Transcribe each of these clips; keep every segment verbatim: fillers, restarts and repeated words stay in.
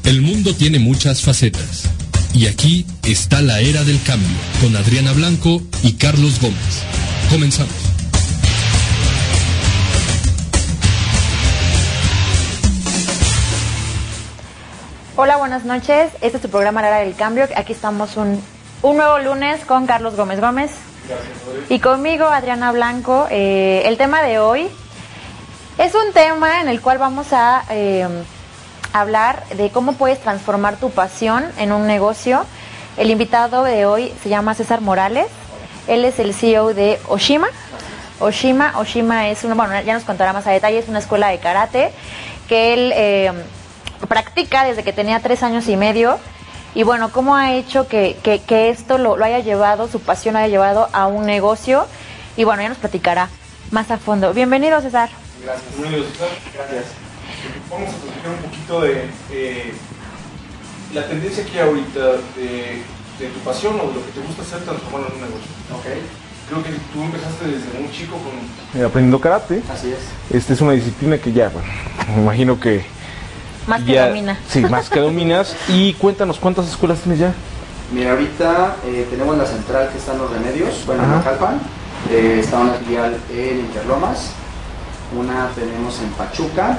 El mundo tiene muchas facetas. Y aquí está la era del cambio, con Adriana Blanco y Carlos Gómez. Comenzamos. Hola, buenas noches. Este es tu programa La Era del Cambio. Aquí estamos un, un nuevo lunes con Carlos Gómez Gómez. Gracias, y conmigo, Adriana Blanco. Eh, el tema de hoy es un tema en el cual vamos a eh, hablar de cómo puedes transformar tu pasión en un negocio. El invitado de hoy se llama César Morales. Él es el C E O de Oshima. Oshima, Oshima es una, bueno, ya nos contará más a detalle, es una escuela de karate que él eh, practica desde que tenía tres años y medio. Y bueno, cómo ha hecho que, que, que esto lo, lo haya llevado, su pasión lo haya llevado a un negocio. Y bueno, ya nos platicará más a fondo. Bienvenido, César. Gracias. Bienvenido, César. Gracias. Vamos a platicar un poquito de eh, la tendencia que hay ahorita de, de tu pasión o de lo que te gusta hacer transformarlo en un negocio. Ok. Creo que tú empezaste desde muy chico con... Eh, aprendiendo karate. Así es. Esta es una disciplina que ya, bueno, me imagino que... Más que ya, domina. Sí, más que dominas. Y cuéntanos, ¿cuántas escuelas tienes ya? Mira, ahorita eh, tenemos la central que está en Los Remedios, bueno, en Naucalpan. Eh, está una filial en Interlomas. Una tenemos en Pachuca.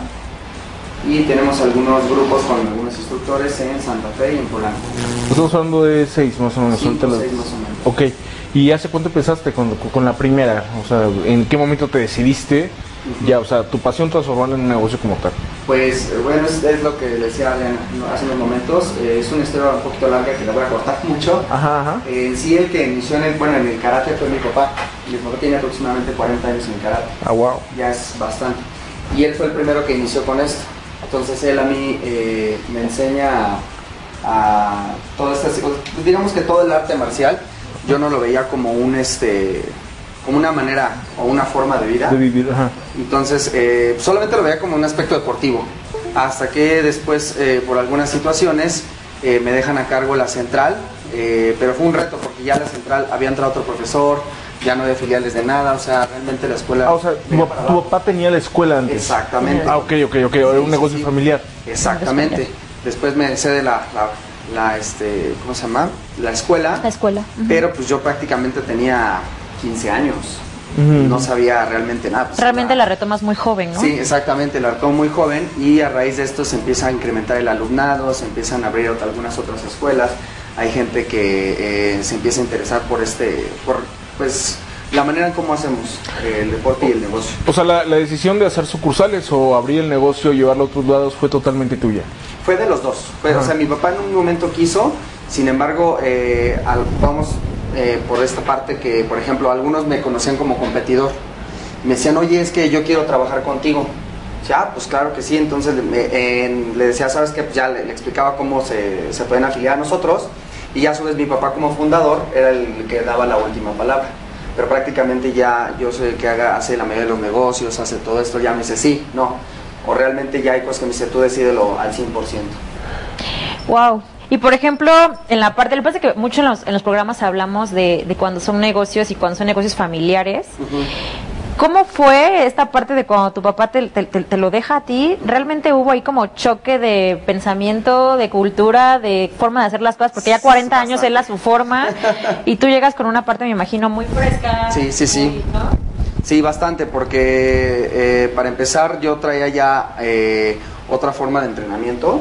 Y tenemos algunos grupos con algunos instructores en Santa Fe y en Polanco. Estamos hablando de seis más o menos. Cinco, las... seis más o menos. Ok. ¿Y hace cuánto empezaste con, con la primera? O sea, ¿en qué momento te decidiste uh-huh. ya, o sea, tu pasión transformarla en un negocio como tal? Pues, bueno, es, es lo que decía Adrián hace unos momentos. Eh, es una historia un poquito larga que la voy a cortar mucho. Ajá, ajá. Eh, en sí, el que inició en el, bueno, en el karate fue mi papá. Mi papá tiene aproximadamente cuarenta años en karate. Ah, wow. Ya es bastante. Y él fue el primero que inició con esto. Entonces él a mí eh, me enseña a, a todas estas, digamos que todo el arte marcial, yo no lo veía como un este, como una manera o una forma de vida. De vivir, ajá. Entonces eh, solamente lo veía como un aspecto deportivo. Hasta que después, eh, por algunas situaciones, eh, me dejan a cargo la central, eh, pero fue un reto porque ya la central había entrado otro profesor. Ya no había filiales de nada, o sea, realmente la escuela... Ah, o sea, tu, tu papá tenía la escuela antes. Exactamente. Ah, ok, ok, ok, era un sí, negocio sí, familiar. Exactamente. Después me cede la, la, la, este, ¿cómo se llama? La escuela. La escuela. Uh-huh. Pero pues yo prácticamente tenía quince años. Uh-huh. No sabía realmente nada. Pues, realmente era... la retomas muy joven, ¿no? Sí, exactamente, la retomo muy joven y a raíz de esto se empieza a incrementar el alumnado, se empiezan a abrir otra, algunas otras escuelas. Hay gente que eh, se empieza a interesar por este, por, pues... la manera en cómo hacemos eh, el deporte y el negocio. O sea, la, la decisión de hacer sucursales o abrir el negocio y llevarlo a otros lados fue totalmente tuya. Fue de los dos. Fue, o sea, mi papá en un momento quiso, sin embargo, eh, al, vamos eh, por esta parte que, por ejemplo, algunos me conocían como competidor. Me decían, oye, es que yo quiero trabajar contigo. Ya, pues claro que sí. Entonces me, eh, le decía, ¿sabes qué? Pues ya le, le explicaba cómo se, se pueden afiliar a nosotros. Y ya a su vez mi papá como fundador era el que daba la última palabra. Pero prácticamente ya yo soy el que haga, hace la mayoría de los negocios, hace todo esto, ya me dice sí, no. O realmente ya hay cosas que me dice tú decídelo al cien por ciento. Wow. Y por ejemplo, en la parte, lo que pasa es que mucho en los, en los programas hablamos de, de cuando son negocios y cuando son negocios familiares. Uh-huh. ¿Cómo fue esta parte de cuando tu papá te, te, te, te lo deja a ti? ¿Realmente hubo ahí como choque de pensamiento, de cultura, de forma de hacer las cosas? Porque ya cuarenta años él a su forma y tú llegas con una parte, me imagino, muy fresca. Sí, sí, sí. Muy, ¿no? Sí, bastante, porque eh, para empezar yo traía ya eh, otra forma de entrenamiento.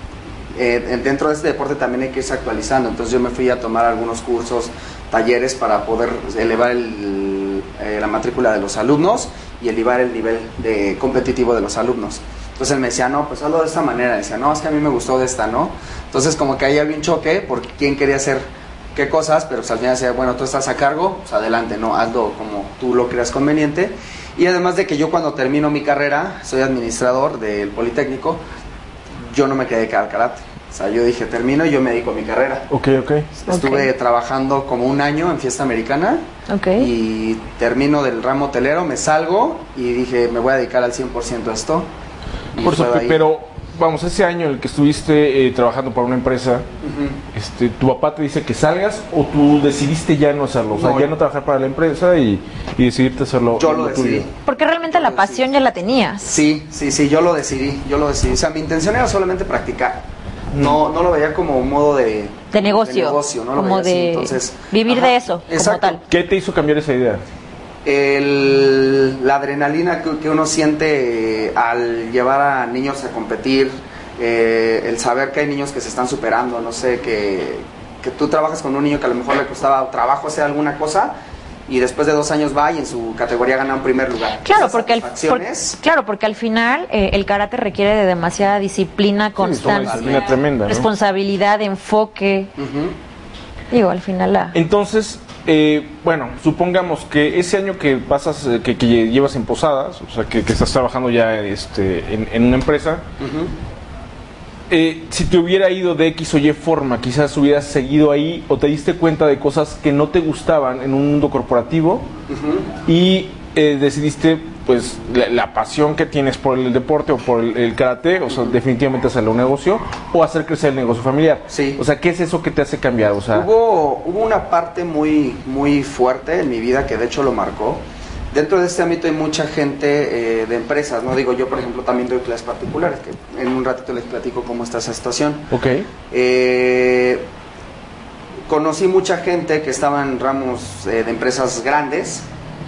Eh, dentro de este deporte también hay que irse actualizando, entonces yo me fui a tomar algunos cursos, talleres para poder elevar el, eh, la matrícula de los alumnos y elevar el nivel de competitivo de los alumnos. Entonces él me decía, no, pues hazlo de esta manera. Decía, no, es que a mí me gustó de esta, ¿no? Entonces como que ahí había un choque porque quién quería hacer qué cosas, pero pues al final decía, bueno, tú estás a cargo, pues adelante, ¿no? Hazlo como tú lo creas conveniente. Y además de que yo cuando termino mi carrera, soy administrador del Politécnico, yo no me quedé al karate. O sea, yo dije, termino y yo me dedico a mi carrera. Ok, ok. Estuve okay. trabajando como un año en Fiesta Americana. Okay. Y termino del ramo hotelero, me salgo y dije, me voy a dedicar al cien por ciento a esto. Por supuesto, pero vamos, ese año en el que estuviste eh, trabajando para una empresa, uh-huh. este, ¿tu papá te dice que salgas o tú decidiste ya no hacerlo? O sea, no, ya no trabajar para la empresa y, y decidirte hacerlo. Yo lo decidí. Tuyo. Porque realmente la pasión ya la tenías. Sí, sí, sí, yo lo decidí, yo lo decidí. O sea, mi intención era solamente practicar. No, no lo veía como un modo de, de negocio, de negocio no lo como veía de así. Entonces, vivir ajá, de eso, exacto. como tal. ¿Qué te hizo cambiar esa idea? El, la adrenalina que, que uno siente eh, al llevar a niños a competir, eh, el saber que hay niños que se están superando, no sé, que, que tú trabajas con un niño que a lo mejor le costaba trabajo hacer alguna cosa y después de dos años va y en su categoría gana un primer lugar. Claro, Esas porque, al, por, claro porque al final eh, el karate requiere de demasiada disciplina, constancia, sí, disciplina tremenda, ¿no? responsabilidad, enfoque. Uh-huh. Digo, al final la... Entonces... Eh, bueno, supongamos que ese año que pasas, que, que llevas en Posadas, o sea, que, que estás trabajando ya este, en, en una empresa, uh-huh. eh, si te hubiera ido de X o Y forma, quizás hubieras seguido ahí o te diste cuenta de cosas que no te gustaban en un mundo corporativo uh-huh. y eh, decidiste, pues, la, la pasión que tienes por el deporte o por el, el karate, o sea, uh-huh. definitivamente hacerle un negocio o hacer crecer el negocio familiar. Sí. O sea, ¿qué es eso que te hace cambiar? O sea, hubo, hubo una parte muy, muy fuerte en mi vida que de hecho lo marcó. Dentro de este ámbito hay mucha gente eh, de empresas, no digo yo, por ejemplo, también doy clases particulares, que en un ratito les platico cómo está esa situación. Ok. Eh, conocí mucha gente que estaba en ramos eh, de empresas grandes.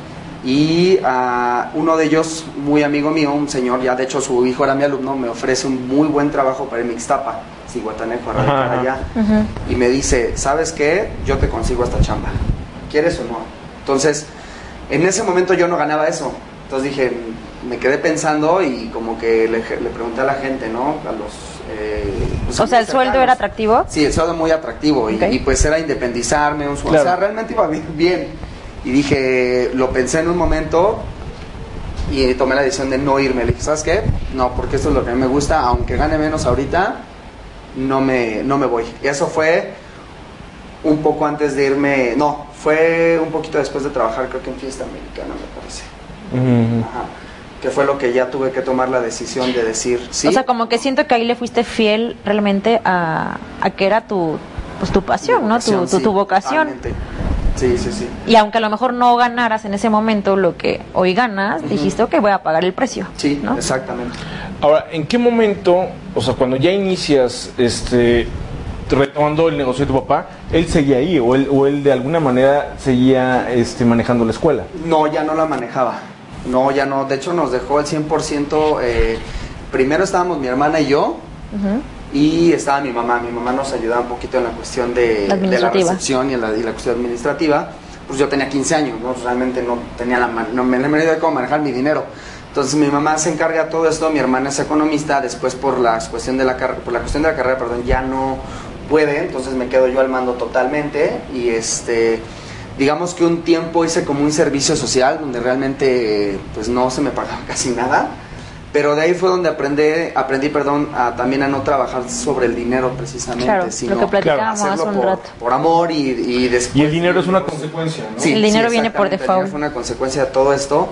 Y uh, uno de ellos, muy amigo mío, un señor, ya de hecho su hijo era mi alumno, me ofrece un muy buen trabajo para ir a Mixtapa, Zihuatanejo, a radicar allá. Uh-huh. Y me dice, ¿sabes qué? Yo te consigo esta chamba. ¿Quieres o no? Entonces, en ese momento yo no ganaba eso. Entonces dije, me quedé pensando y como que le, le pregunté a la gente, ¿no? A los... Eh, pues o sea, ¿el sueldo era atractivo? Sí, el sueldo muy atractivo. Okay. Y, y pues era independizarme, un sueldo. Claro. O sea, realmente iba bien. bien. Y dije, lo pensé en un momento y tomé la decisión de no irme. Le dije, ¿sabes qué? No, porque esto es lo que a mí me gusta, aunque gane menos ahorita, no me, no me voy. Y eso fue un poco antes de irme, no, fue un poquito después de trabajar, creo que en Fiesta Americana, me parece. Uh-huh. Ajá. Que fue lo que ya tuve que tomar la decisión de decir sí. O sea, como que siento que ahí le fuiste fiel realmente a, a que era tu, pues, tu pasión, vocación, ¿no? Tu, tu, sí, tu vocación. Totalmente. Sí, sí, sí. Y aunque a lo mejor no ganaras en ese momento lo que hoy ganas, uh-huh. dijiste, ok, voy a pagar el precio. Sí, ¿no? Exactamente. Ahora, ¿en qué momento, o sea, cuando ya inicias, este, retomando el negocio de tu papá, él seguía ahí o él, o él de alguna manera seguía este, manejando la escuela? No, ya no la manejaba. No, ya no. De hecho, nos dejó el cien por ciento. Eh, primero estábamos mi hermana y yo. Uh-huh. Y estaba mi mamá, mi mamá nos ayudaba un poquito en la cuestión de la, de la recepción y en la, y la cuestión administrativa. Pues yo tenía quince años, ¿no? Realmente no tenía la no me la idea de cómo manejar mi dinero. Entonces mi mamá se encarga de todo esto, mi hermana es economista, después por la cuestión de la carrera, por la cuestión de la carrera, perdón, ya no puede, entonces me quedo yo al mando totalmente y este digamos que un tiempo hice como un servicio social donde realmente pues no se me pagaba casi nada. Pero de ahí fue donde aprendí, aprendí perdón, a, también a no trabajar sobre el dinero precisamente, claro, sino lo que platicábamos hacerlo hace un por, rato. por amor y, y después... Y el dinero es una consecuencia, ¿no? Sí, el dinero sí, viene por default. Fue una consecuencia de todo esto,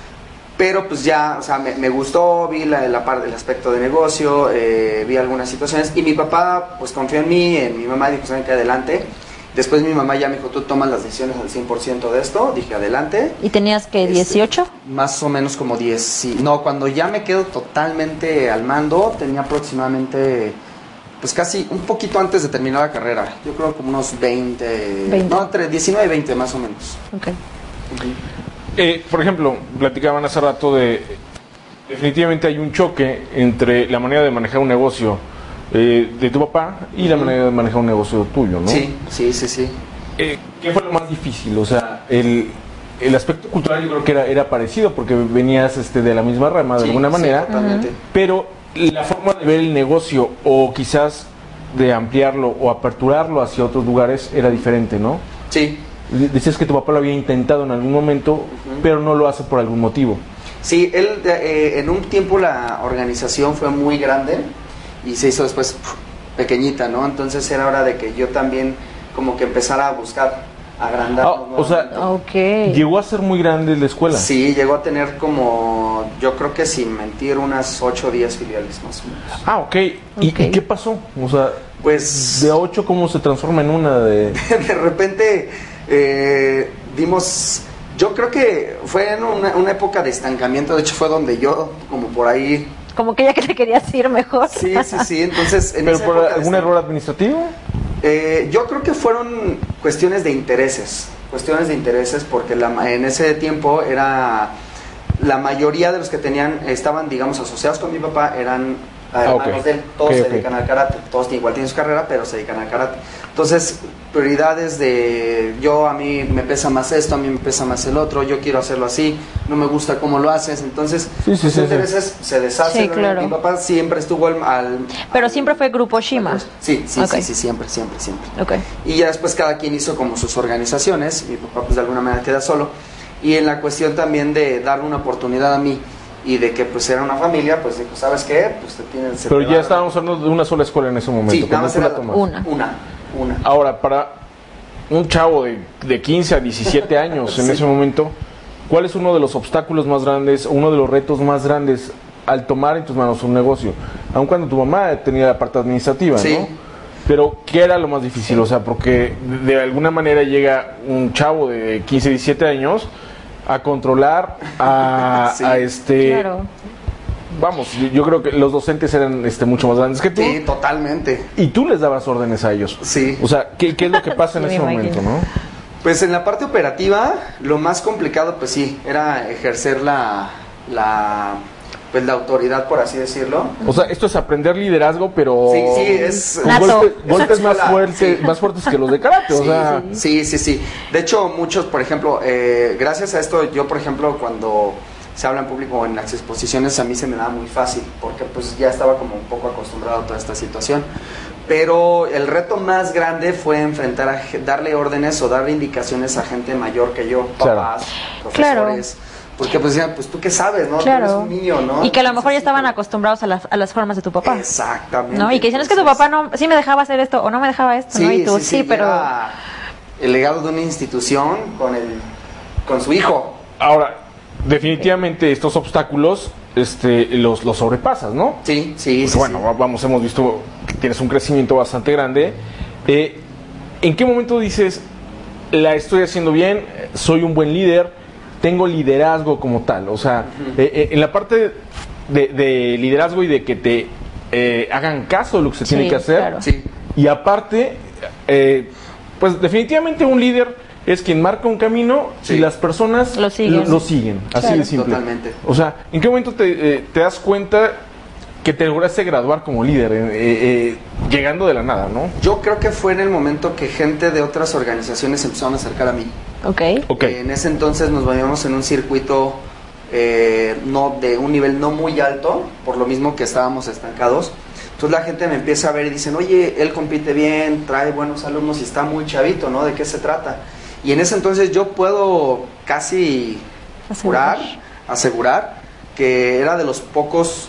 pero pues ya, o sea, me, me gustó, vi la, la parte del aspecto de negocio, eh, vi algunas situaciones y mi papá pues confió en mí, en mi mamá, dijo, ¿saben qué? Adelante. Después mi mamá ya me dijo, tú tomas las decisiones al cien por ciento de esto. Dije, adelante. ¿Y tenías que dieciocho? Este, más o menos como diez, sí. No, cuando ya me quedo totalmente al mando, tenía aproximadamente, pues casi un poquito antes de terminar la carrera. Yo creo como unos veinte, veinte. No, entre diecinueve y veinte más o menos. Ok. Uh-huh. Eh, por ejemplo, platicaban hace rato de, definitivamente hay un choque entre la manera de manejar un negocio Eh, de tu papá y la manera de manejar un negocio tuyo, ¿no? Sí, sí, sí, sí. Eh, ¿Qué fue lo más difícil? O sea, el, el aspecto cultural yo creo que era, era parecido porque venías este, de la misma rama de sí, alguna manera, sí, totalmente. Pero la forma de ver el negocio o quizás de ampliarlo o aperturarlo hacia otros lugares era diferente, ¿no? Sí. Decías que tu papá lo había intentado en algún momento, uh-huh. pero no lo hace por algún motivo. Sí, él eh, en un tiempo la organización fue muy grande y se hizo después pff, pequeñita, ¿no? Entonces era hora de que yo también como que empezara a buscar agrandar. Ah, o sea, okay. Llegó a ser muy grande la escuela. Sí, llegó a tener como, yo creo que sin mentir, unas ocho o diez filiales más o menos. Ah, ok. ¿Y, okay. ¿Y qué pasó? O sea, pues de ocho, ¿cómo se transforma en una de...? De repente eh, dimos... Yo creo que fue en una, una época de estancamiento, de hecho fue donde yo, como por ahí, como que ya que te querías ir mejor. Sí, sí, sí, entonces... En ¿Pero esa por época algún de- error administrativo? Eh, yo creo que fueron cuestiones de intereses, cuestiones de intereses, porque la, en ese tiempo era la mayoría de los que tenían, estaban, digamos, asociados con mi papá, eran hermanos Ah, ok. de él, todos Ok, se ok. dedican al karate, todos igual tienen su carrera, pero se dedican al karate. Entonces, prioridades de yo, a mí me pesa más esto, a mí me pesa más el otro, yo quiero hacerlo así, no me gusta cómo lo haces, entonces Sí, sí, los sí, sí. intereses se deshacen. Sí, claro. Mi papá siempre estuvo al... al- Pero al- siempre fue Grupo Shima. Sí, sí, Ok. sí, sí, siempre, siempre, siempre. Ok. Y ya después cada quien hizo como sus organizaciones, mi papá pues de alguna manera queda solo. Y en la cuestión también de darle una oportunidad a mí y de que pues era una familia, pues dijo, ¿sabes qué? Pues te tienen... se Pero te ya va- estábamos hablando de una sola escuela en ese momento. Sí, nada ¿Cómo más tú era la tomas? Una. Una, una. Ahora, para un chavo de, de quince a diecisiete años en Sí. ese momento, ¿cuál es uno de los obstáculos más grandes, uno de los retos más grandes al tomar en tus manos un negocio? Aun cuando tu mamá tenía la parte administrativa, Sí. ¿no? Pero, ¿qué era lo más difícil? O sea, porque de alguna manera llega un chavo de quince, diecisiete años a controlar, a, Sí. a este... Claro. Vamos, yo, yo creo que los docentes eran este, mucho más grandes que tú. Sí, totalmente. Y tú les dabas órdenes a ellos. Sí. O sea, ¿qué, qué es lo que pasa en Sí, ese me momento, imagino. no? Pues en la parte operativa, lo más complicado, pues sí, era ejercer la, la, pues la autoridad, por así decirlo. O sea, esto es aprender liderazgo, pero Sí, sí, es... con Nato. golpe- golpes más Escuela, fuertes, sí. más fuertes que los de karate. O Sí, sea, sí, sí, sí. De hecho, muchos, por ejemplo, eh, gracias a esto, yo, por ejemplo, cuando se habla en público o en las exposiciones, a mí se me daba muy fácil, porque pues ya estaba como un poco acostumbrado a toda esta situación. Pero el reto más grande fue enfrentar a ge- darle órdenes o darle indicaciones a gente mayor que yo, Claro. papás, profesores. Porque pues decían, pues tú qué sabes, ¿no? Tú eres Claro. un niño, ¿no? Y que a lo mejor ya Entonces, estaban sí, acostumbrados a, las- a las formas de tu papá. Exactamente. ¿No? Y que dicen, es que tu Entonces, papá no, sí me dejaba hacer esto o no me dejaba esto, ¿no? Y tú, sí, pero... era el legado de una institución con, el, con su hijo. ahora, definitivamente estos obstáculos este, los, los sobrepasas, ¿no? Sí, sí, Pues sí. bueno, sí. va- vamos, hemos visto que tienes un crecimiento bastante grande. Eh, ¿En qué momento dices, la estoy haciendo bien, soy un buen líder, tengo liderazgo como tal? O sea, eh, eh, en la parte de, de liderazgo y de que te eh, hagan caso de lo que se Sí, tiene que hacer. claro. Sí, Y aparte, eh, pues definitivamente un líder es quien marca un camino Sí. y las personas Lo siguen. lo siguen, así Claro. de simple. Totalmente. O sea, ¿en qué momento te, eh, te das cuenta que te lograste graduar como líder, eh, eh, llegando de la nada, ¿no? yo creo que fue en el momento que gente de otras organizaciones se empezaron a acercar a mí. Ok. Ok. Eh, en ese entonces nos movíamos en un circuito eh, no de un nivel no muy alto, por lo mismo que estábamos estancados. Entonces la gente me empieza a ver y dicen, oye, él compite bien, trae buenos alumnos y está muy chavito, ¿no? ¿De qué se trata? Y en ese entonces yo puedo casi Asegurar. jurar, asegurar que era de los pocos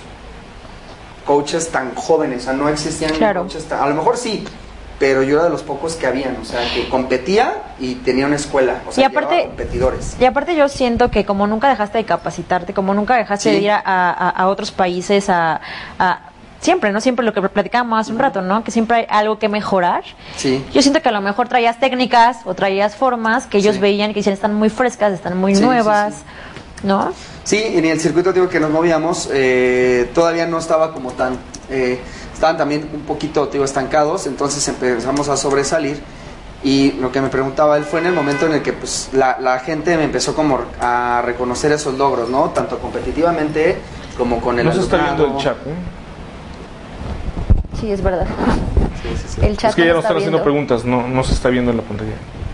coaches tan jóvenes, o sea, no existían Claro. coaches tan, a lo mejor sí, pero yo era de los pocos que habían, o sea, que competía y tenía una escuela, o sea, Y aparte- llevaba competidores. Y aparte yo siento que como nunca dejaste de capacitarte, como nunca dejaste Sí. de ir a, a- a otros países a, a- siempre, ¿no? Siempre lo que platicábamos hace un rato, ¿no? Que siempre hay algo que mejorar. Sí. Yo siento que a lo mejor traías técnicas o traías formas que ellos Sí. veían que decían están muy frescas, están muy Sí, sí, nuevas, sí. ¿no? Sí, y en el circuito digo que nos movíamos, eh, todavía no estaba como tan, eh, estaban también un poquito, te digo, estancados, entonces empezamos a sobresalir y lo que me preguntaba él fue en el momento en el que pues la, la gente me empezó como a reconocer esos logros, ¿no? Tanto competitivamente como con el No se está alumnado. viendo el chat, ¿eh? Sí, es verdad. Sí, sí, sí. El chat Es que ya no nos está están haciendo viendo. preguntas, no, no se está viendo en la pantalla.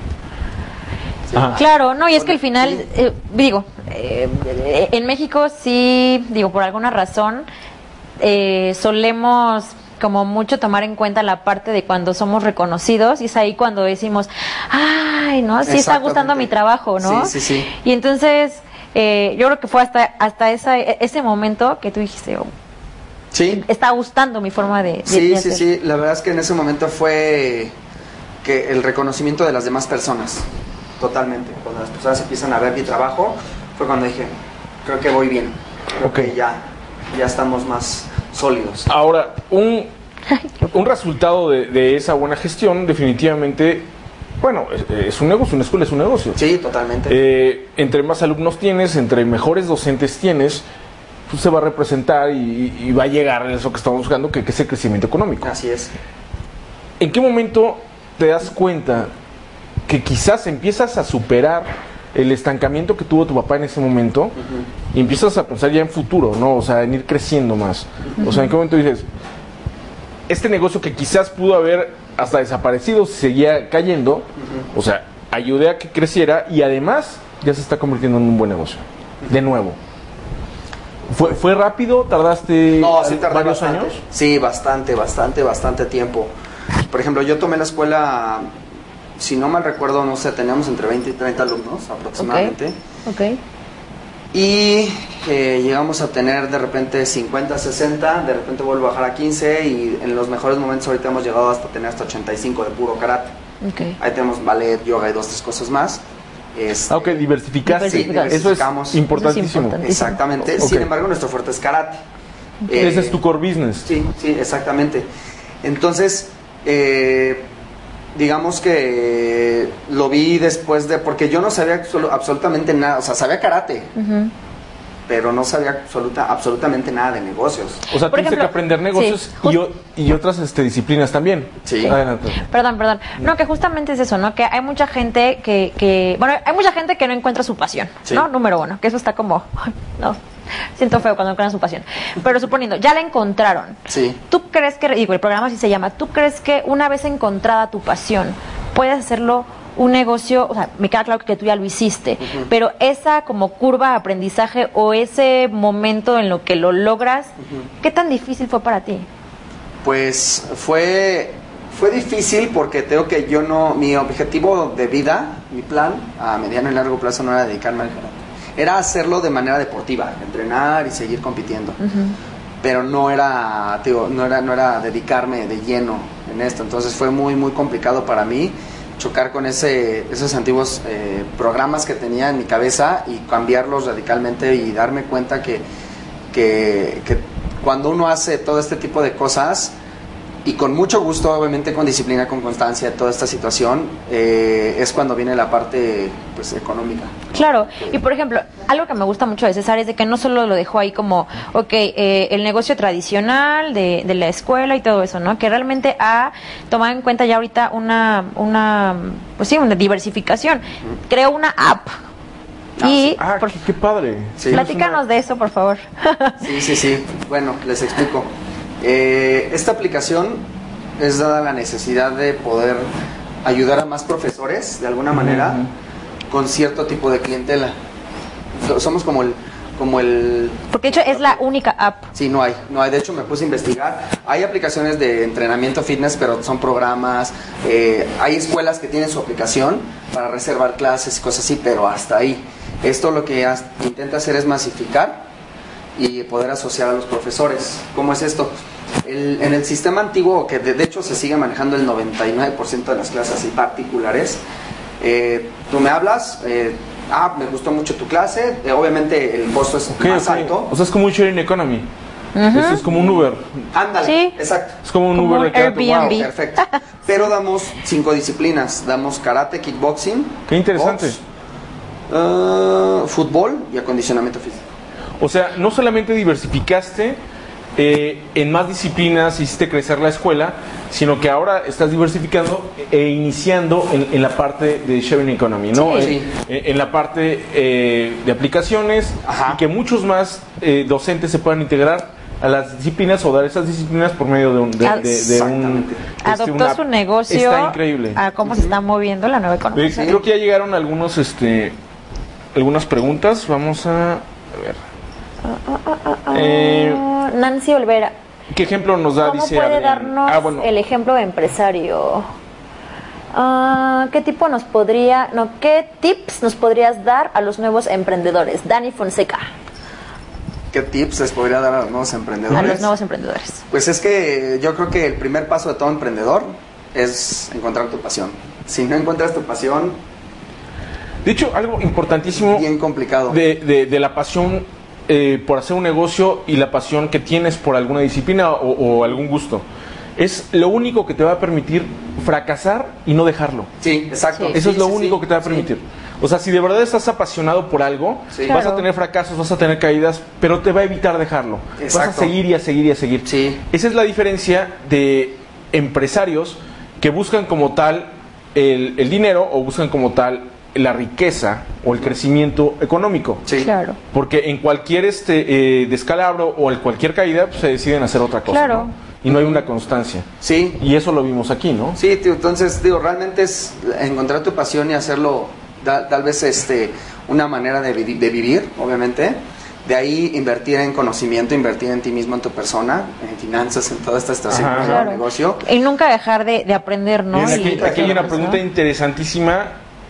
Ajá. Claro, no, y es que al final, eh, digo, eh, eh, en México sí, digo, por alguna razón, eh, solemos como mucho tomar en cuenta la parte de cuando somos reconocidos y es ahí cuando decimos, ay, ¿no? Sí está gustando Exactamente. mi trabajo, ¿no? Sí, sí, sí. Y entonces, eh, yo creo que fue hasta hasta esa, ese momento que tú dijiste, oh, Sí, está gustando mi forma de, de- sí, de sí, hacer. sí, la verdad es que en ese momento fue que el reconocimiento de las demás personas, totalmente. Cuando las personas empiezan a ver mi trabajo, fue cuando dije, creo que voy bien, creo Ok. que ya, ya estamos más sólidos. Ahora, un, un resultado de, de esa buena gestión, definitivamente, bueno, es, es un negocio, una escuela es un negocio. Sí, totalmente. Eh, entre más alumnos tienes, entre mejores docentes tienes, pues, se va a representar y, y va a llegar a eso que estamos buscando, que, que es el crecimiento económico. Así es. ¿En qué momento te das cuenta que quizás empiezas a superar el estancamiento que tuvo tu papá en ese momento, uh-huh, y empiezas a pensar ya en futuro, ¿no? O sea, en ir creciendo más? Uh-huh. O sea, ¿en qué momento dices, este negocio que quizás pudo haber hasta desaparecido, seguía cayendo, uh-huh, o sea, ayudé a que creciera y además ya se está convirtiendo en un buen negocio, uh-huh, de nuevo? ¿Fue, fue rápido? ¿Tardaste no, sí, tardé varios bastante. años? Sí, bastante, bastante, bastante tiempo. Por ejemplo, yo tomé la escuela, si no mal recuerdo, no sé, teníamos entre veinte y treinta alumnos aproximadamente. Ok. okay. Y eh, llegamos a tener de repente cincuenta, sesenta, de repente vuelvo a bajar a quince y en los mejores momentos ahorita hemos llegado hasta tener hasta ochenta y cinco de puro karate. Okay. Ahí tenemos ballet, yoga y dos, tres cosas más. Este, ah, ok, diversificaste. Sí, eso es importantísimo. Eso es importantísimo. Exactamente. Okay. Sin embargo, nuestro fuerte es karate. Okay. Eh, Ese es tu core business. Sí, sí, exactamente. Entonces, eh, digamos que lo vi después de, porque yo no sabía absol- absolutamente nada, o sea, sabía karate, uh-huh, pero no sabía absoluta, absolutamente nada de negocios. O sea, tuviste que aprender negocios, sí, y, o, y otras este, disciplinas también. Sí. Adelante. Perdón, perdón. No, que justamente es eso, ¿no? Que hay mucha gente que, que bueno, hay mucha gente que no encuentra su pasión, sí, ¿no? Número uno, que eso está como, no, siento feo cuando encuentran su pasión. Pero suponiendo, ya la encontraron. Sí. ¿Tú crees que, digo, el programa así se llama, ¿tú crees que una vez encontrada tu pasión, puedes hacerlo un negocio? O sea, me queda claro que tú ya lo hiciste, uh-huh, pero esa como curva de aprendizaje o ese momento en lo que lo logras, uh-huh, ¿qué tan difícil fue para ti? Pues fue, fue difícil porque creo que yo no, mi objetivo de vida, mi plan a mediano y largo plazo no era dedicarme al karate. Era hacerlo de manera deportiva, entrenar y seguir compitiendo. Uh-huh. Pero no era, digo, no era, no era dedicarme de lleno en esto. Entonces fue muy, muy complicado para mí chocar con ese, esos antiguos eh, programas que tenía en mi cabeza y cambiarlos radicalmente y darme cuenta que, que, que cuando uno hace todo este tipo de cosas y con mucho gusto, obviamente con disciplina, con constancia, toda esta situación, eh, es cuando viene la parte pues económica. Claro, y por ejemplo, algo que me gusta mucho de César es de que no solo lo dejó ahí como, ok, eh, el negocio tradicional de, de la escuela y todo eso, ¿no? Que realmente ha tomado en cuenta ya ahorita una, una pues sí, una diversificación. Uh-huh. Creó una app. Ah, y sí. ah, por, qué, qué padre. Sí. Platícanos una... de eso, por favor. Sí, sí, sí. Bueno, les explico. Eh, esta aplicación es dada la necesidad de poder ayudar a más profesores de alguna manera, uh-huh, con cierto tipo de clientela. Somos como el, como el... Porque de hecho es la única app. Sí, no hay, no hay. De hecho me puse a investigar. Hay aplicaciones de entrenamiento fitness, pero son programas. Eh, hay escuelas que tienen su aplicación para reservar clases y cosas así, pero hasta ahí. Esto lo que intenta hacer es masificar y poder asociar a los profesores. ¿Cómo es esto? El, en el sistema antiguo, que de, de hecho se sigue manejando el noventa y nueve por ciento de las clases así particulares, eh, tú me hablas, eh, ah, me gustó mucho tu clase, eh, obviamente el costo es okay, más okay. alto. O sea, es como un sharing economy. Uh-huh. Eso es como un Uber. Ándale, sí, exacto. Es como un como Uber un de Airbnb. Wow, perfecto. Pero damos cinco disciplinas, damos karate, kickboxing. Qué interesante. Box, uh, fútbol y acondicionamiento físico. O sea, no solamente diversificaste eh, en más disciplinas, hiciste crecer la escuela, sino que ahora estás diversificando e iniciando en, en la parte de sharing economy, ¿no? Sí, sí. En, en la parte eh, de aplicaciones. Ajá. Y que muchos más eh, docentes se puedan integrar a las disciplinas o dar esas disciplinas por medio de un... De, de, de un Adoptó este, una, su negocio. Está increíble. A cómo se está moviendo la nueva economía. Sí. Creo que ya llegaron algunos, este, algunas preguntas. Vamos a, a ver. Uh, uh, uh, uh, eh, Nancy Olvera. ¿Qué ejemplo nos da? ¿Cómo dice puede Adrián? darnos ah, bueno. el ejemplo de empresario? Uh, ¿Qué tipo nos podría, no, qué tips nos podrías dar a los nuevos emprendedores? Dani Fonseca. ¿Qué tips les podría dar a los nuevos emprendedores? A los nuevos emprendedores. Pues es que yo creo que el primer paso de todo emprendedor es encontrar tu pasión. Si no encuentras tu pasión... De hecho, algo importantísimo... Bien complicado. De, de, de la pasión eh, por hacer un negocio y la pasión que tienes por alguna disciplina o, o algún gusto. Es lo único que te va a permitir fracasar y no dejarlo. Sí, exacto. Eso sí, es lo sí, único sí, que te va a permitir. Sí. O sea, si de verdad estás apasionado por algo, sí. vas claro. a tener fracasos, vas a tener caídas, pero te va a evitar dejarlo. Exacto. Vas a seguir y a seguir y a seguir. Sí. Esa es la diferencia de empresarios que buscan como tal el, el dinero o buscan como tal la riqueza o el crecimiento económico. Sí. Claro. Porque en cualquier este eh, descalabro o en cualquier caída pues, se deciden hacer otra cosa. Claro. ¿no? Y no hay una constancia. Sí. Y eso lo vimos aquí, ¿no? Sí, tío, entonces, digo, realmente es encontrar tu pasión y hacerlo, da, tal vez este, una manera de, vi- de vivir, obviamente. De ahí invertir en conocimiento, invertir en ti mismo, en tu persona, en finanzas, en toda esta situación Ajá. del Claro. negocio. Y nunca dejar de, de aprender, ¿no? Miren, aquí, Y- aquí hay una ¿no? pregunta interesantísima.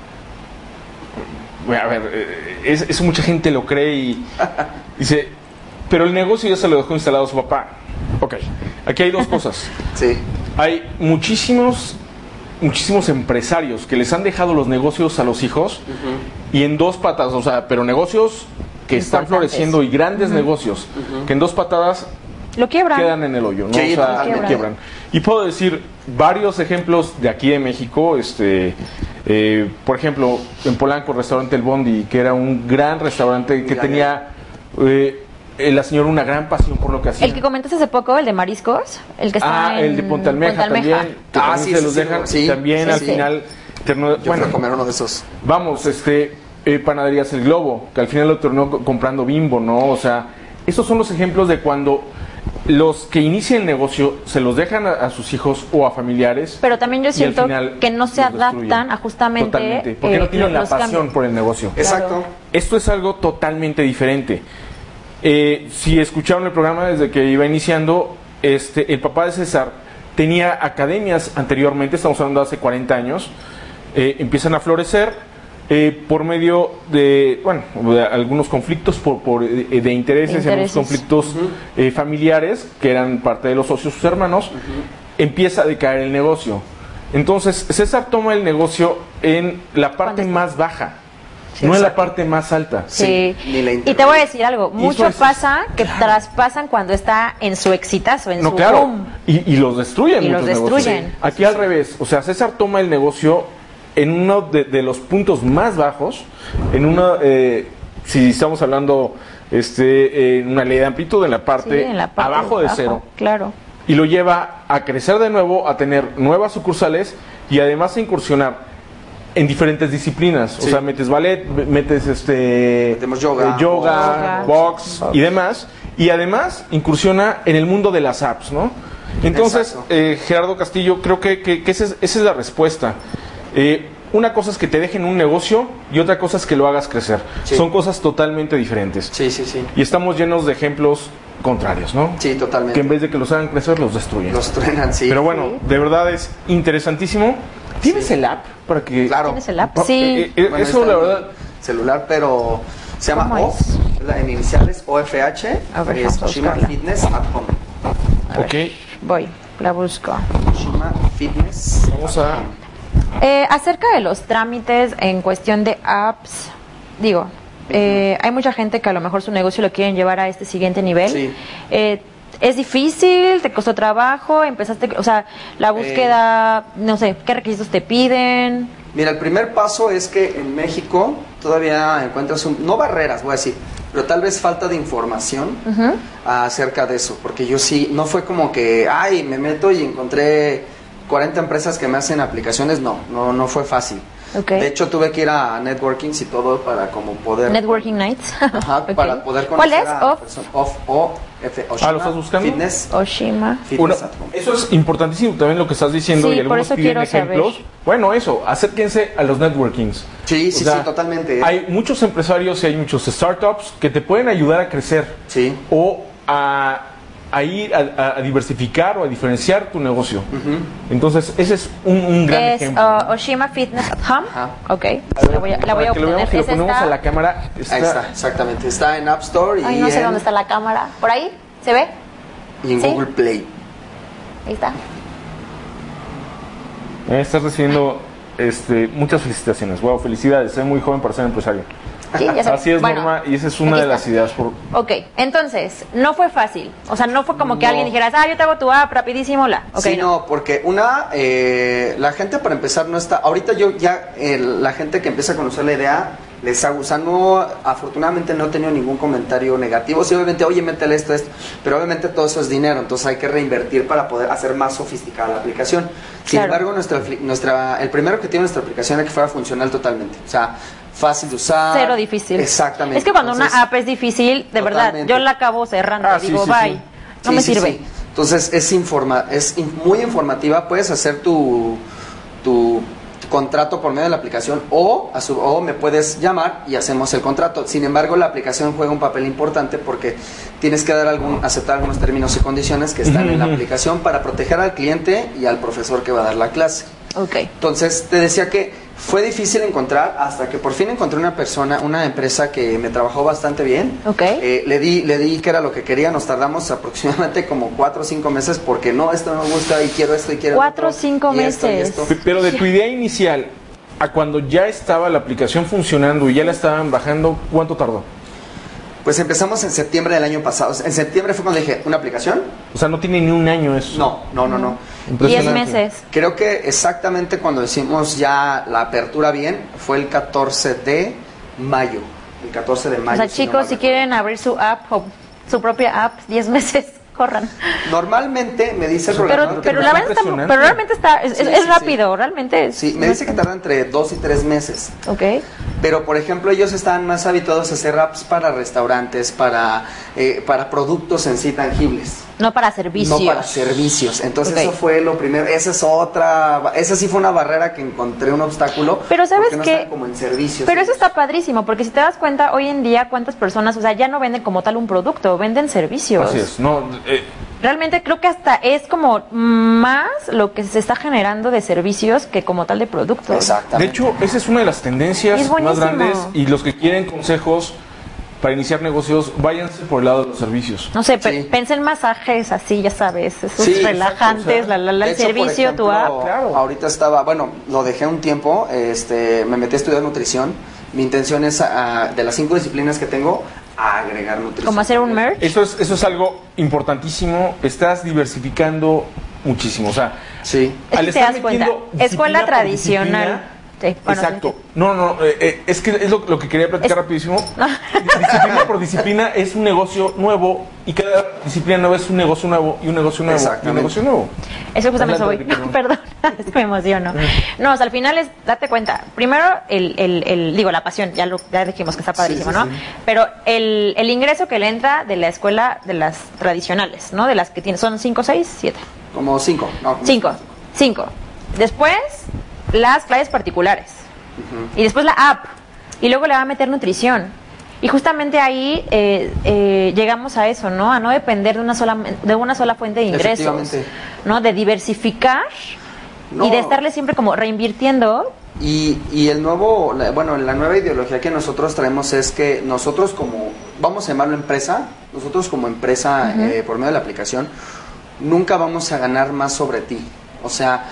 Bueno, a ver, eh, es- eso mucha gente lo cree y dice, pero el negocio ya se lo dejó instalado su papá. Ok, aquí hay dos cosas. Sí, Hay muchísimos, muchísimos empresarios que les han dejado los negocios a los hijos y en dos patas, o sea, pero negocios que están Importantes. floreciendo y grandes negocios que en dos patadas Lo quiebran. quedan en el hoyo, ¿no? Sí, o sea, totalmente. lo quiebran. Y puedo decir varios ejemplos de aquí de México, este, eh, por ejemplo, en Polanco, el restaurante El Bondi, que era un gran restaurante que Mira, tenía eh, eh, la señora una gran pasión por lo que hacía. El que comentaste hace poco, el de mariscos, el que está Ah, en el de Ponte Almeja también, que Ah, también sí, se sí, los sí, dejan, sí, y también sí, al sí. final terminó- yo bueno, quiero comer uno de esos. vamos, este, eh, Panaderías El Globo, que al final lo terminó co- comprando Bimbo, ¿no? O sea, esos son los ejemplos de cuando los que inician el negocio se los dejan a, a sus hijos o a familiares. Pero también yo y al siento final que no se los destruyen. adaptan a justamente, Totalmente, porque eh, no tienen la los pasión cambios. por el negocio. Exacto. Esto es algo totalmente diferente. Eh, si escucharon el programa desde que iba iniciando, este, el papá de César tenía academias anteriormente, estamos hablando de hace cuarenta años, eh, empiezan a florecer eh, por medio de, bueno, de algunos conflictos por, por, eh, de intereses, y algunos Intereses. conflictos eh, familiares, que eran parte de los socios, sus hermanos, empieza a decaer el negocio. Entonces, César toma el negocio en la parte ¿Cuándo? más baja, Sí, no en la exacto. parte más alta. Sí. Sí, ni la Y te voy a decir algo, mucho es- pasa que traspasan cuando está en su exitazo, en No, su claro. boom. Y, y los destruyen Y muchos los destruyen. negocios. Aquí al revés. O sea, César toma el negocio en uno de, de los puntos más bajos, en una, eh, si estamos hablando este, en una ley de amplitud, en la parte, Sí, en la parte abajo de abajo, cero. Claro. Y lo lleva a crecer de nuevo, a tener nuevas sucursales y además a incursionar en diferentes disciplinas. O Sí. sea, metes ballet, metes este Metemos yoga. eh, yoga, Yoga. box, Box. y demás. Y además incursiona en el mundo de las apps, ¿no? Entonces, Exacto. eh, Gerardo Castillo, creo que, que- que esa, es, esa es la respuesta. Eh, una cosa es que te dejen un negocio y otra cosa es que lo hagas crecer. Sí. Son cosas totalmente diferentes. Sí, sí, sí. Y estamos llenos de ejemplos contrarios, ¿no? Sí, totalmente. Que en vez de que los hagan crecer, los destruyen. Los truenan, sí. Pero bueno, de verdad es interesantísimo. ¿Tienes el app para que...? Claro. ¿Tienes el app? Oh, Sí. eh, eh, Bueno, eso está la en verdad... celular, pero se llama ¿Cómo O, es? ¿verdad? En iniciales O F H, A ver, es vamos a Oshima buscarla. Fitness at Home. Ok, Voy, la busco. Oshima Fitness. vamos a... Eh, acerca de los trámites en cuestión de apps, digo, eh, hay mucha gente que a lo mejor su negocio lo quieren llevar a este siguiente nivel. Sí. Eh, ¿Es difícil? ¿Te costó trabajo? ¿Empezaste, o sea, la búsqueda, no sé, qué requisitos te piden? Mira, el primer paso es que en México todavía encuentras, un, no barreras, voy a decir, pero tal vez falta de información Ujú. acerca de eso, porque yo sí, no fue como que, ay, me meto y encontré cuarenta empresas que me hacen aplicaciones, no, no, no fue fácil. Ok. De hecho, tuve que ir a networkings y todo para como poder... Networking Nights. Ajá, Ok. para poder ¿Cuál conocer es? a Off. personas. Off, O, F, Oshima Ah, ¿lo estás buscando? Fitness, Oshima. Fitness Una- at Home. eso es importantísimo también lo que estás diciendo Sí, y por algunos eso piden quiero ejemplos. saber. Bueno, eso, acérquense a los networkings. Sí, O sí, sea, sí, totalmente. Hay muchos empresarios y hay muchos startups que te pueden ayudar a crecer Sí. o a, a ir a, a diversificar o a diferenciar tu negocio. Entonces, ese es un, un gran Es ejemplo. uh, Oshima Fitness at Home. Ajá. Ok, la voy a, la voy a Para que lo obtener. veamos y lo ¿Es ponemos esta? a la cámara. Está, Ahí está, exactamente. Está en App Store y, Ay, no sé en, dónde está la cámara. ¿Por ahí? ¿Se ve? y en ¿Sí? Google Play. Ahí está. Eh, estás recibiendo este, muchas felicitaciones. Wow, felicidades. Soy muy joven para ser empresario. Sí, ya Así es, bueno, Norma, y esa es una de las ideas. Por... Ok, entonces, no fue fácil. O sea, no fue como que no. alguien dijera, ah, yo te hago tu app rapidísimo, la. Okay, sí, no. no, porque una, eh, la gente para empezar no está... Ahorita yo ya, eh, la gente que empieza a conocer la idea, les hago, o sea, no, afortunadamente no he tenido ningún comentario negativo. Sí, obviamente, oye, métele esto, esto. Pero obviamente todo eso es dinero, entonces hay que reinvertir para poder hacer más sofisticada la aplicación. Sin claro. embargo, nuestra, nuestra, el primero que tiene nuestra aplicación es que fuera funcional totalmente. O sea, fácil de usar. Cero difícil. Exactamente. Es que cuando Entonces, una app es difícil, de totalmente. verdad, yo la acabo cerrando, ah, digo, sí, sí, bye, sí. no sí, me sí, sirve. Sí. Entonces es informa, es in, muy informativa, puedes hacer tu, tu contrato por medio de la aplicación o, a su, o me puedes llamar y hacemos el contrato. Sin embargo, la aplicación juega un papel importante porque tienes que dar algún, aceptar algunos términos y condiciones que están en la aplicación para proteger al cliente y al profesor que va a dar la clase. Okay. Entonces, te decía que fue difícil encontrar hasta que por fin encontré una persona, una empresa que me trabajó bastante bien. Okay. Eh, le di, le di que era lo que quería. Nos tardamos aproximadamente como cuatro o cinco meses porque no, esto no me gusta y quiero esto y quiero cuatro o otro, cinco y meses. Esto, y esto. Pero de tu idea inicial a cuando ya estaba la aplicación funcionando y ya la estaban bajando, ¿cuánto tardó? Pues empezamos en septiembre del año pasado. En septiembre fue cuando dije, ¿una aplicación? O sea, no tiene ni un año eso. No, no, no, no. Diez meses. Creo que exactamente cuando decimos ya la apertura bien, fue el catorce de mayo. El catorce de mayo. O sea, si chicos, no si quieren abrir su app o su propia app, diez meses, corran. Normalmente me dice el pero, programador pero, que la verdad está, pero realmente está, es, sí, es sí, rápido, sí. realmente. Sí, me dice que tarda entre dos y tres meses. Ok. Pero, por ejemplo, ellos están más habituados a hacer apps para restaurantes, para, eh, para productos en sí tangibles. No para servicios. No para servicios. Entonces, okay. eso fue lo primero. Esa es otra. Esa sí fue una barrera que encontré, un obstáculo. Pero, ¿sabes no qué? Como en servicios. Pero eso está padrísimo, porque si te das cuenta, hoy en día, ¿cuántas personas, o sea, ya no venden como tal un producto, venden servicios? Así es. No, eh, realmente creo que hasta es como más lo que se está generando de servicios que como tal de productos. Exactamente. De hecho, esa es una de las tendencias más grandes y los que quieren consejos para iniciar negocios, váyanse por el lado de los servicios. No sé, sí. pensé en masajes así, ya sabes, esos sí, relajantes, o sea, la, la, el hecho, servicio, ejemplo, tu app. Claro. Ahorita estaba, bueno, lo dejé un tiempo, este, me metí a estudiar nutrición. Mi intención es, a, de las cinco disciplinas que tengo, a agregar nutrición. ¿Cómo hacer un merge? Eso es, eso es algo importantísimo. Estás diversificando muchísimo. O sea, sí. al es que estar te das cuenta, escuela tradicional. Sí, bueno, exacto. Sí. No, no, eh, eh, es que es lo, lo que quería platicar es... rapidísimo. Disciplina por disciplina es un negocio nuevo y cada disciplina nueva es un negocio nuevo y un negocio nuevo y un negocio nuevo. Eso justamente soy. Perdón, es que me emociono. No, o sea, al final es, date cuenta, primero el, el, el digo, la pasión, ya lo ya dijimos que está padrísimo, sí, sí, ¿no? Sí. Pero el, el ingreso que le entra de la escuela de las tradicionales, ¿no? De las que tienen, son cinco, seis, siete. Como cinco, no. Como cinco, cinco. Después las clases particulares. Uh-huh. Y después la app. Y luego le va a meter nutrición. Y justamente ahí eh, eh, llegamos a eso, ¿no? A no depender de una sola de una sola fuente de ingresos, ¿no? De diversificar no. y de estarle siempre como reinvirtiendo. Y, y el nuevo, la, bueno, la nueva ideología que nosotros traemos es que nosotros como, vamos a llamarlo empresa, nosotros como empresa uh-huh. eh, por medio de la aplicación, nunca vamos a ganar más sobre ti. O sea,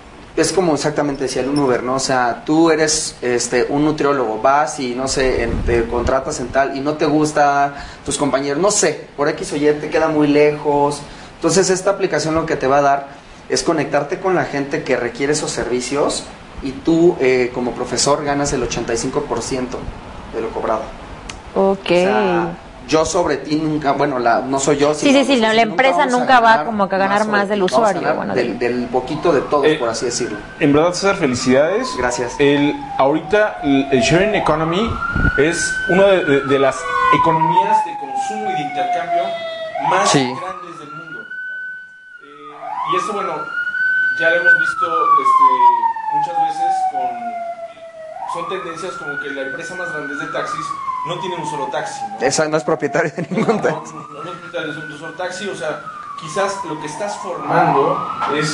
es como exactamente decía el Uber, ¿no? O sea, tú eres este un nutriólogo, vas y no sé, en, te contratas en tal y no te gusta tus compañeros, no sé, por X o Y te queda muy lejos. Entonces esta aplicación lo que te va a dar es conectarte con la gente que requiere esos servicios y tú eh, como profesor ganas el ochenta y cinco por ciento de lo cobrado. Ok. O sea, yo sobre ti nunca, bueno, la, no soy yo. Sí, sí, sí, la, la empresa nunca va como que a ganar más, más del usuario. Bueno, del, del poquito de todos, eh, por así decirlo. En verdad, César, felicidades. Gracias. El, ahorita el, el sharing economy es una de, de, de las economías de consumo y de intercambio más sí. grandes del mundo. Eh, y eso, bueno, ya lo hemos visto este, muchas veces con... Son tendencias como que la empresa más grande de taxis no tiene un solo taxi, ¿no? Esa no es propietaria de ningún no, taxi. No, no, no es propietaria de un solo taxi, o sea, quizás lo que estás formando es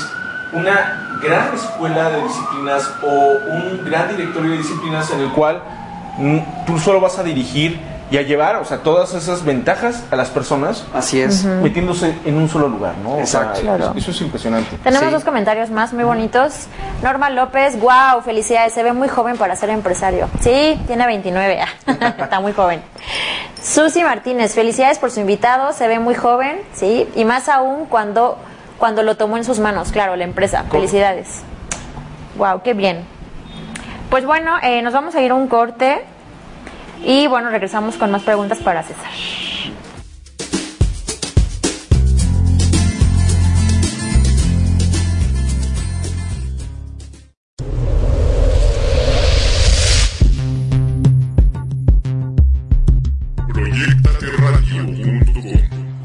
una gran escuela de disciplinas o un gran directorio de disciplinas en el cual tú solo vas a dirigir y a llevar, o sea, todas esas ventajas a las personas. Así es. Uh-huh. Metiéndose en un solo lugar, ¿no? Exacto. O sea, claro. eso, eso es impresionante. Tenemos sí. dos comentarios más muy bonitos. Norma López, wow, felicidades, se ve muy joven para ser empresario. Sí, tiene veintinueve, está muy joven. Susi Martínez, felicidades por su invitado, se ve muy joven, sí, y más aún cuando, cuando lo tomó en sus manos, claro, la empresa. ¿Cómo? Felicidades. Wow, qué bien. Pues bueno, eh, nos vamos a ir a un corte. Y bueno, regresamos con más preguntas para César. Proyectate radio punto com.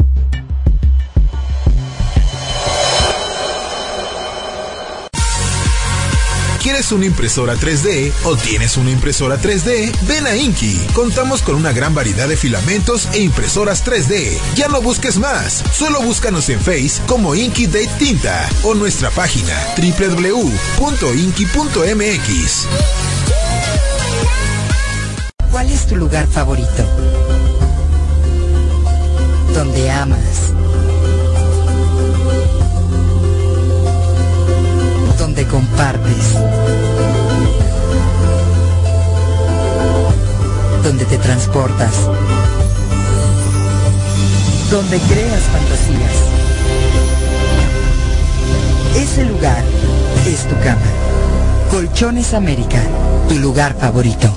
¿Quieres una impresora tres D o tienes una impresora tres D? Ven a Inky. Contamos con una gran variedad de filamentos e impresoras tres D. Ya no busques más. Solo búscanos en Face como Inky Date Tinta o nuestra página doble u doble u doble u punto inky punto m x. ¿Cuál es tu lugar favorito? Donde amas. Donde compartes. Donde te transportas. Donde creas fantasías. Ese lugar es tu cama. Colchones América, tu lugar favorito.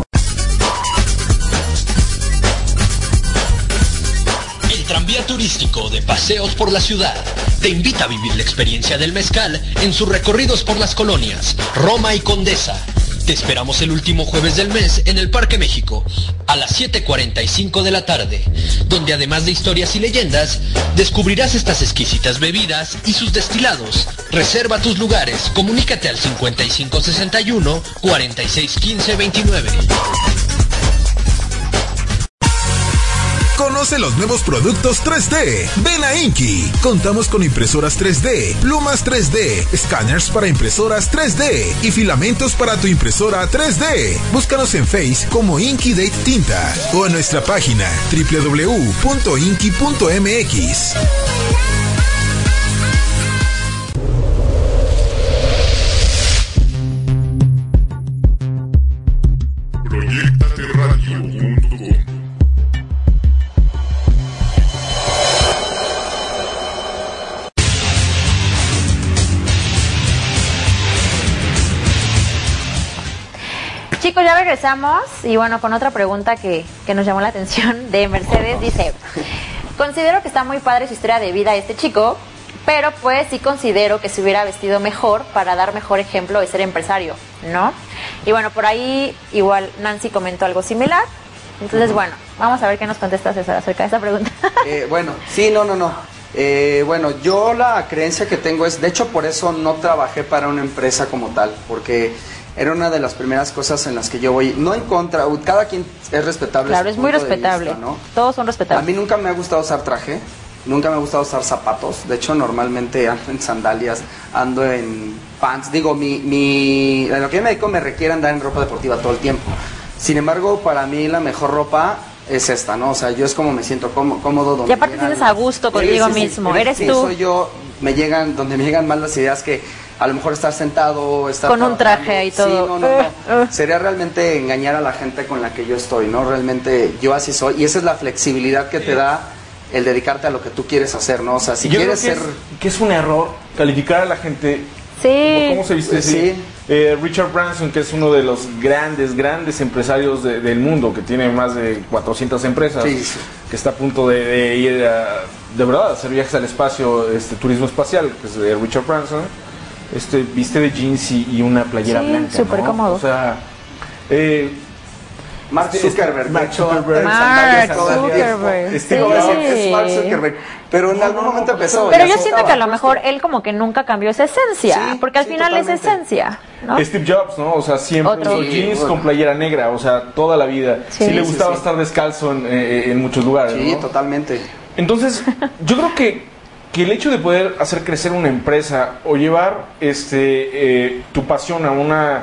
El tranvía turístico de Paseos por la Ciudad te invita a vivir la experiencia del mezcal en sus recorridos por las colonias Roma y Condesa. Te esperamos el último jueves del mes en el Parque México a las siete cuarenta y cinco de la tarde, donde además de historias y leyendas, descubrirás estas exquisitas bebidas y sus destilados. Reserva tus lugares, comunícate al cincuenta y cinco sesenta y uno, cuarenta y seis quince veintinueve. Conoce los nuevos productos tres D. Ven a Inky. Contamos con impresoras tres D, plumas tres D, escáneres para impresoras tres D y filamentos para tu impresora tres D. Búscanos en Face como Inky Date Tinta o en nuestra página doble u doble u doble u punto inky punto m x. Proyectate radio punto com. Chicos, ya regresamos y bueno, con otra pregunta que, que nos llamó la atención de Mercedes. Dice, considero que está muy padre su historia de vida este chico, pero pues sí considero que se hubiera vestido mejor para dar mejor ejemplo de ser empresario, ¿no? Y bueno, por ahí igual Nancy comentó algo similar. Entonces, uh-huh. bueno, vamos a ver qué nos contesta César acerca de esa pregunta. Eh, bueno, sí, no, no, no. Eh, bueno, yo la creencia que tengo es, de hecho por eso no trabajé para una empresa como tal, porque era una de las primeras cosas en las que yo voy, no en contra, cada quien es respetable. Claro, es muy respetable, vista, ¿no? Todos son respetables. A mí nunca me ha gustado usar traje, nunca me ha gustado usar zapatos, de hecho normalmente ando en sandalias, ando en pants, digo, mi, mi, en lo que yo me dedico me requiere andar en ropa deportiva todo el tiempo. Sin embargo, para mí la mejor ropa es esta, ¿no? O sea, yo es como me siento cómodo. Donde y aparte tienes a gusto contigo sí, sí, mismo, sí, eres sí, tú. Soy yo, me llegan, donde me llegan mal las ideas que a lo mejor estar sentado, estar con un traje y todo. Sí, no, no, no. Sería realmente engañar a la gente con la que yo estoy, ¿no? Realmente yo así soy y esa es la flexibilidad que te da el dedicarte a lo que tú quieres hacer, ¿no? O sea, si yo quieres creo que ser... Es, que es un error calificar a la gente... Sí. ¿Cómo se viste? Sí. Eh, Richard Branson, que es uno de los grandes, grandes empresarios de, del mundo, que tiene más de cuatrocientas empresas, sí, sí. que está a punto de, de ir a, de verdad, a hacer viajes al espacio, este turismo espacial, que es de Richard Branson, este viste de jeans y, y una playera sí, blanca, súper ¿no? cómodo. O sea, eh, Mark Zuckerberg, Mark Zuckerberg, Mark Zuckerberg, este, sí. sí. Es Mark Zuckerberg, pero en algún momento empezó. Pero yo siento que a lo mejor él como que nunca cambió esa esencia, sí, porque al sí, final totalmente. es esencia, ¿no? Steve Jobs, ¿no? O sea, siempre Otro. usó jeans Sí, con playera negra, o sea, toda la vida. Sí, sí le sí, gustaba sí. estar descalzo en, eh, en muchos lugares, Sí, ¿no? totalmente. Entonces, yo creo que, que el hecho de poder hacer crecer una empresa o llevar este eh, tu pasión a una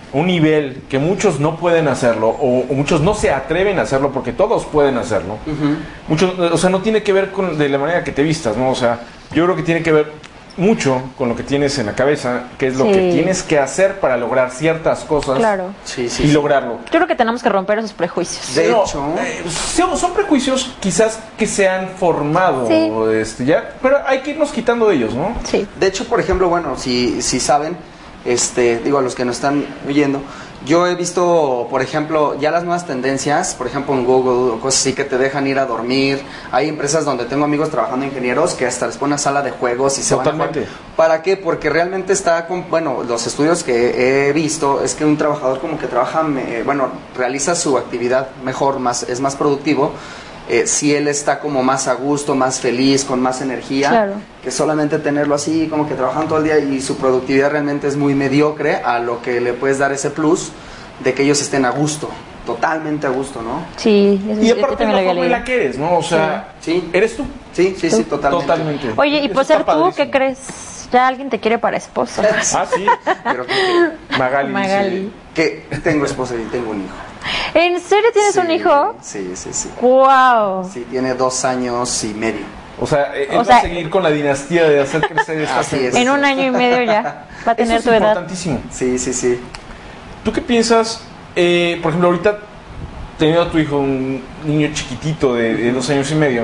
un nivel que muchos no pueden hacerlo o, o muchos no se atreven a hacerlo porque todos pueden hacerlo. Uh-huh. Muchos, o sea, no tiene que ver con de la manera que te vistas, ¿no? O sea, yo creo que tiene que ver mucho con lo que tienes en la cabeza, que es lo sí. que tienes que hacer para lograr ciertas cosas claro. sí, sí, y sí. lograrlo. Yo creo que tenemos que romper esos prejuicios. De no, hecho, eh, son, son prejuicios quizás que se han formado, sí. este, ya, pero hay que irnos quitando de ellos, ¿no? Sí. De hecho, por ejemplo, bueno, si, si saben, este, digo a los que nos están oyendo, yo he visto, por ejemplo, ya las nuevas tendencias, por ejemplo en Google o cosas así que te dejan ir a dormir. Hay empresas donde tengo amigos trabajando ingenieros que hasta les ponen una sala de juegos y se Totalmente. van a jugar. ¿Para qué? Porque realmente está, con, bueno, los estudios que he visto es que un trabajador como que trabaja, eh, bueno, realiza su actividad mejor, más es más productivo. Eh, si él está como más a gusto, más feliz, con más energía, claro. que solamente tenerlo así, como que trabajando todo el día y su productividad realmente es muy mediocre a lo que le puedes dar ese plus de que ellos estén a gusto, totalmente a gusto, ¿no? Sí, eso y es, aparte la forma en la que eres, ¿no? O sea, sí. ¿eres tú? Sí, sí, ¿Tú? sí, totalmente. totalmente. Oye, y por ser tú, ¿qué crees? Ya alguien te quiere para esposo. Ah, sí. Pero que, Magali. Magali. Sí. Que tengo esposa y tengo un hijo. ¿En serio tienes sí, un hijo? Sí, sí, sí. Wow. Sí, tiene dos años y medio. O sea, él o va sea, a seguir con la dinastía de hacer crecer esta así es. En un año y medio ya va a tener Eso tu es edad. importantísimo. Sí, sí, sí. ¿Tú qué piensas? Eh, por ejemplo, ahorita teniendo a tu hijo, un niño chiquitito de, de dos años y medio,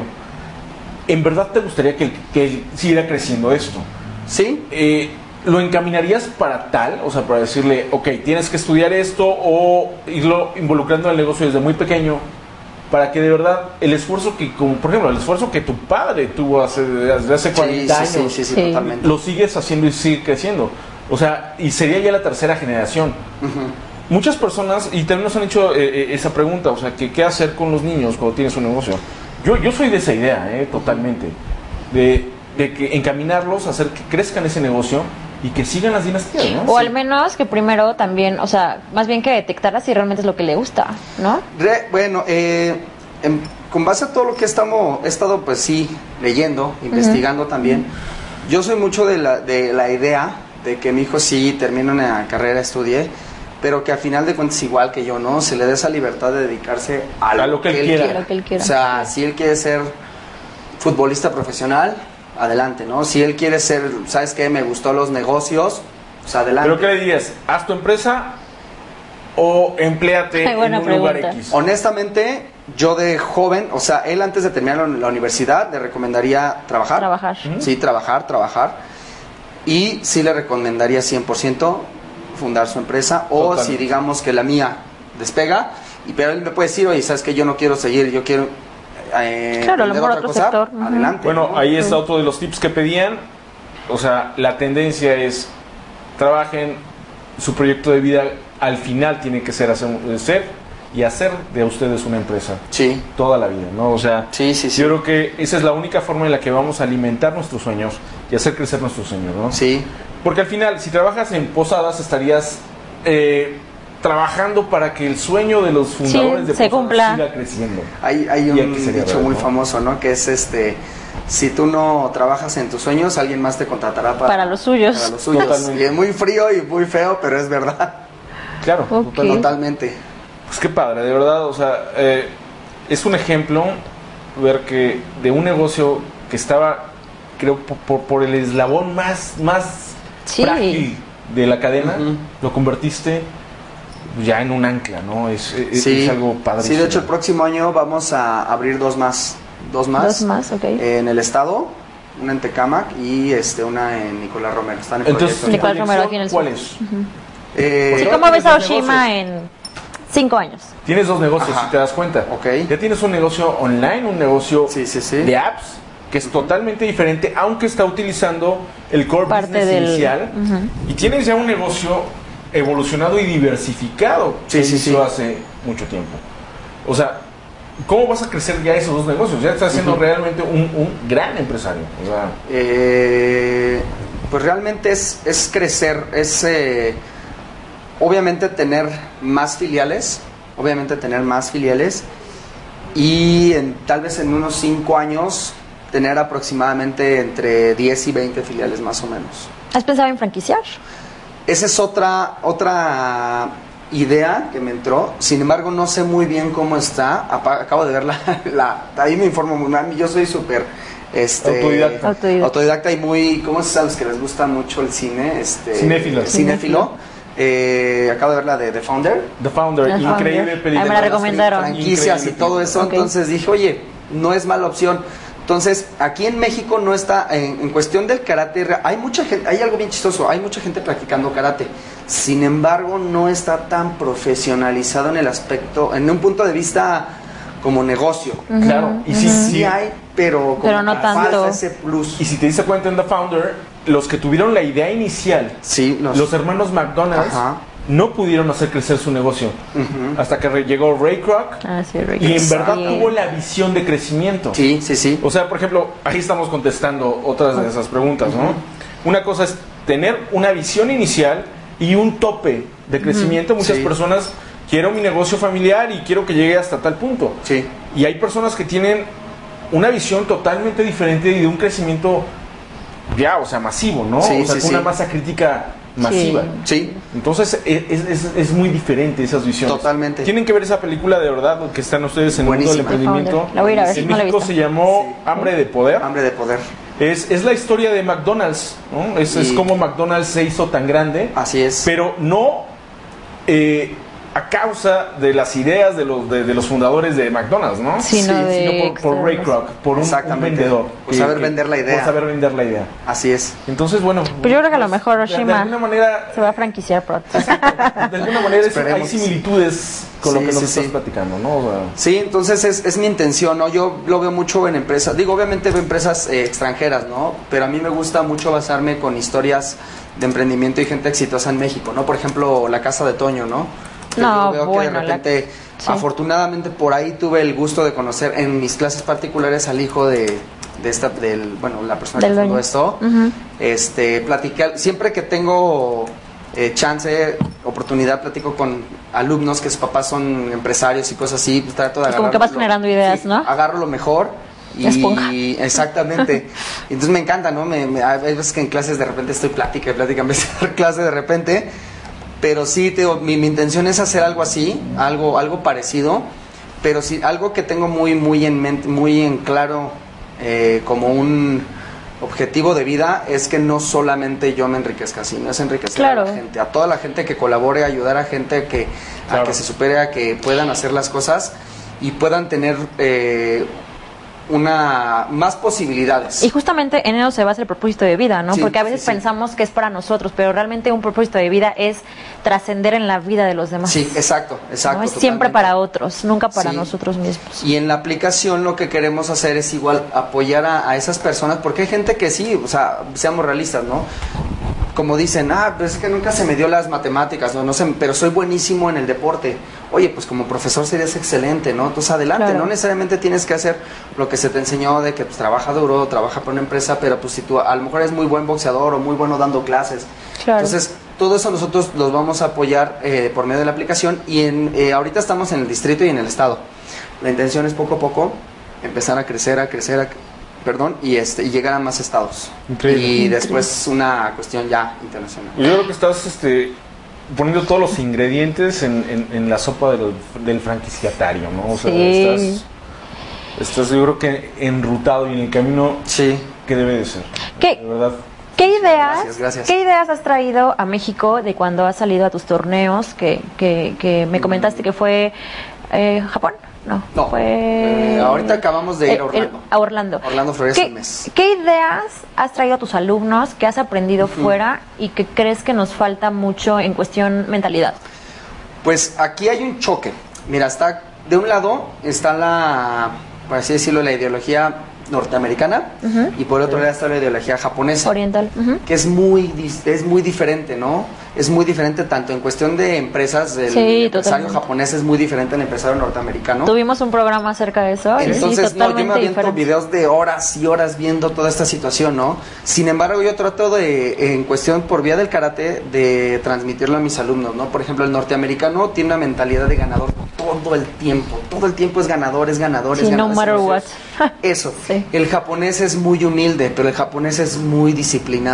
¿en verdad te gustaría que, que él siguiera creciendo esto? Sí. Eh, ¿Lo encaminarías para tal? O sea, para decirle, ok, tienes que estudiar esto, o irlo involucrando en el negocio desde muy pequeño, para que de verdad el esfuerzo que, como por ejemplo, el esfuerzo que tu padre tuvo hace, desde hace cuarenta sí, años, sí, sí, sí, sí. totalmente. lo sigues haciendo y sigue creciendo. O sea, y sería ya la tercera generación. Uh-huh. Muchas personas, y también nos han hecho eh, esa pregunta, o sea, que, ¿qué hacer con los niños cuando tienes un negocio? Yo, yo soy de esa idea, eh, totalmente, de, de que encaminarlos a hacer que crezcan ese negocio y que sigan las dinastías, ¿no? O Sí. al menos que primero también, o sea, más bien que detectara si realmente es lo que le gusta, ¿no? Re, bueno, eh, en, con base a todo lo que estamos, he estado, pues sí, leyendo, investigando uh-huh. también, yo soy mucho de la, de la idea de que mi hijo sí termine una carrera, estudie, pero que al final de cuentas, igual que yo, ¿no? Se le dé esa libertad de dedicarse a, a lo que él quiera. quiera. Lo que él quiera. O sea, si él quiere ser futbolista profesional, adelante, ¿no? Si él quiere ser, ¿sabes qué? Me gustó los negocios, pues adelante. ¿Pero qué le dirías? ¿Haz tu empresa o empléate Ay, en un pregunta. lugar X? Honestamente, yo de joven, o sea, él antes de terminar la universidad, le recomendaría trabajar. Trabajar. ¿Mm? Sí, trabajar, trabajar. Y sí le recomendaría cien por ciento fundar su empresa. O Totalmente. si digamos que la mía despega, y pero él me puede decir, oye, ¿sabes qué? Yo no quiero seguir, yo quiero... Eh, Claro, a lo aprender mejor otra otro cosa, sector. Uh-huh. adelante. Bueno, ¿no? ahí está otro de los tips que pedían. O sea, la tendencia es trabajen su proyecto de vida, al final tiene que ser hacer, ser y hacer de ustedes una empresa. Sí. Toda la vida, ¿no? O sea, Sí, sí, sí. yo creo que esa es la única forma en la que vamos a alimentar nuestros sueños y hacer crecer nuestros sueños, ¿no? Sí. Porque al final, si trabajas en posadas, estarías eh, trabajando para que el sueño de los fundadores Sí, de se posadas cumpla. siga creciendo. Hay, hay Y un aquí sería dicho verdad, muy ¿no? famoso, ¿no? Que es este, si tú no trabajas en tus sueños, alguien más te contratará para, Para los suyos. para los suyos. Totalmente. Y es muy frío y muy feo, pero es verdad. Claro, Ok. totalmente. Totalmente. Pues qué padre, de verdad, o sea, eh, es un ejemplo ver que de un negocio que estaba, creo, por, por, por el eslabón más, más Sí. frágil de la cadena, Ujú. lo convertiste ya en un ancla, ¿no? Es, es, Sí. es algo padre. Sí, de hecho el próximo año vamos a abrir dos más. Dos más. Dos más, ok. En el estado, una en Tecámac y este, una en Nicolás Romero. Están en Entonces, proyecto. ¿tu Nicolás Romero, aquí en el ¿cuál sur. es? Eh, ¿Y Porque cómo ahora ves a tienes dos Oshima negocios. en cinco años? Tienes dos negocios, Ajá. si te das cuenta. Ok. Ya tienes un negocio online, un negocio Sí, sí, sí. de apps, que es totalmente diferente, aunque está utilizando el core Parte business del- inicial. Ujú. Y tienes ya un negocio evolucionado y diversificado Sí, que sí, inició sí. hace mucho tiempo. O sea, ¿cómo vas a crecer ya esos dos negocios? Ya estás siendo Ujú. realmente un, un gran empresario. O sea, Eh, pues realmente es, es crecer, es eh, obviamente tener más filiales, obviamente tener más filiales y en, tal vez en unos cinco años tener aproximadamente entre diez y veinte filiales más o menos. ¿Has pensado en franquiciar? esa es otra, otra idea que me entró. Sin embargo, no sé muy bien cómo está. Acabo de ver la... la ahí me informo muy mal. Yo soy súper... Este, autodidacta. autodidacta. Autodidacta y muy... ¿Cómo se sabe? Los que les gusta mucho el cine. Este, cinéfilo. Cinéfilo. Eh, acabo de ver la de The Founder. The Founder, The increíble Founder. película. Ahí me la recomendaron. Franquicias y todo eso. Okay. Entonces dije, oye, no es mala opción. Entonces, aquí en México no está, en, en cuestión del karate, hay mucha gente, hay algo bien chistoso, hay mucha gente practicando karate. Sin embargo, no está tan profesionalizado en el aspecto, en un punto de vista como negocio. Uh-huh. Claro, y sí, sí, sí hay, pero, como pero no tanto. Falta ese plus. Y si te diste cuenta en The Founder, los que tuvieron la idea inicial, sí, los, los hermanos McDonald's, ajá, no pudieron hacer crecer su negocio. Uh-huh. Hasta que llegó Ray Kroc. Ah, sí, Ray y en verdad sí. tuvo la visión de crecimiento. Sí, sí, sí. O sea, por ejemplo, ahí estamos contestando otras de esas preguntas, ¿no? Uh-huh. Una cosa es tener una visión inicial y un tope de crecimiento. Uh-huh. Muchas sí. personas, quiero mi negocio familiar y quiero que llegue hasta tal punto. Sí. Y hay personas que tienen una visión totalmente diferente y de un crecimiento ya, o sea, masivo, ¿no? Sí, o sea, sí, con sí. una masa crítica masiva. Sí. Entonces es, es, es muy diferente esas visiones. Totalmente. Tienen que ver esa película de verdad que están ustedes en Buenísima. el mundo del emprendimiento. La voy a ir a ver, en no la he México visto. se llamó sí. Hambre de Poder. Hambre de Poder. Es, es la historia de McDonald's, ¿no? Es, y... es como McDonald's se hizo tan grande. Así es. Pero no eh, a causa de las ideas de los de, de los fundadores de McDonald's, ¿no? Sino, sí, de sino por, por Ray Kroc, por un, un vendedor. Por saber que, vender la idea. Por saber vender la idea. Así es. Entonces, bueno. Pero yo creo que a lo mejor Oshima de, de alguna manera se va a franquiciar pronto. De alguna manera es, hay similitudes con sí, lo que nos sí, estás sí. platicando, ¿no? O sea, sí, entonces es, es mi intención, ¿no? Yo lo veo mucho en empresas, digo, obviamente veo empresas eh, extranjeras, ¿no? Pero a mí me gusta mucho basarme con historias de emprendimiento y gente exitosa en México, ¿no? Por ejemplo, La Casa de Toño, ¿no? Que no, yo veo bueno, que de repente, la... sí. afortunadamente por ahí tuve el gusto de conocer en mis clases particulares al hijo de, de esta, del, bueno, la persona del que fundó dueño. esto, uh-huh. este, platicar, siempre que tengo eh, chance, oportunidad, platico con alumnos que sus papás son empresarios y cosas así, pues trato de agarrar. Como que vas generando ideas, sí, ¿no? Agarro lo mejor. Y Esponja. exactamente. Entonces me encanta, ¿no? Me, me, hay veces que en clases de repente estoy plática y plática en vez de dar clase de repente. Pero sí, te digo, mi, mi intención es hacer algo así, algo, algo parecido, pero sí, algo que tengo muy, muy en mente, muy en claro, eh, como un objetivo de vida, es que no solamente yo me enriquezca, sino es enriquecer claro. a la gente, a toda la gente que colabore, ayudar a gente que, claro. a que se supere, a que puedan hacer las cosas y puedan tener eh, una más posibilidades. Y justamente en eso se basa el propósito de vida, ¿no? Sí, porque a veces sí, sí. pensamos que es para nosotros, pero realmente un propósito de vida es trascender en la vida de los demás. Sí, exacto, exacto. ¿no? Es siempre para otros, nunca para sí. nosotros mismos. Y en la aplicación lo que queremos hacer es igual apoyar a, a esas personas, porque hay gente que sí, o sea, seamos realistas, ¿no? Como dicen, ah, pues es que nunca se me dio las matemáticas, no, no sé, pero soy buenísimo en el deporte. Oye, pues como profesor serías excelente, ¿no? Entonces adelante, claro. no necesariamente tienes que hacer lo que se te enseñó de que pues trabaja duro, trabaja para una empresa, pero pues si tú a lo mejor eres muy buen boxeador o muy bueno dando clases. Claro. Entonces, todo eso nosotros los vamos a apoyar eh, por medio de la aplicación y en, eh, ahorita estamos en el distrito y en el estado. La intención es poco a poco empezar a crecer, a crecer, a perdón, y este y llegar a más estados. Increíble. Y Increíble. Después una cuestión ya internacional. Yo creo que estás este, poniendo todos los ingredientes en, en, en la sopa del, del franquiciatario, ¿no? O sea, sí. estás, estás yo creo que enrutado y en el camino sí. que debe de ser. ¿Qué? De verdad. ¿Qué ideas, gracias, gracias. ¿Qué ideas has traído a México de cuando has salido a tus torneos? Que, que, que me comentaste que fue eh, Japón. No, no fue... eh, ahorita acabamos de ir a Orlando. El, a Orlando. Orlando Flores ¿Qué, un mes. ¿Qué ideas has traído a tus alumnos que has aprendido uh-huh. fuera y que crees que nos falta mucho en cuestión mentalidad? Pues aquí hay un choque. Mira, está de un lado está la, por así decirlo, la ideología norteamericana uh-huh. y por otro lado está la ideología japonesa, oriental, uh-huh. que es muy es muy diferente, ¿no? Es muy diferente tanto en cuestión de empresas, el sí, empresario totalmente. japonés es muy diferente al empresario norteamericano. Tuvimos un programa acerca de eso. Entonces, sí, no, yo me aviento diferente. videos de horas y horas viendo toda esta situación, ¿no? Sin embargo, yo trato de, en cuestión por vía del karate, de transmitirlo a mis alumnos, ¿no? Por ejemplo, el norteamericano tiene una mentalidad de ganador todo el tiempo, todo el tiempo es ganador, es ganador, sí, es ganador. no matter what. Eso. Sí. El japonés es muy humilde, pero el japonés es muy disciplinado.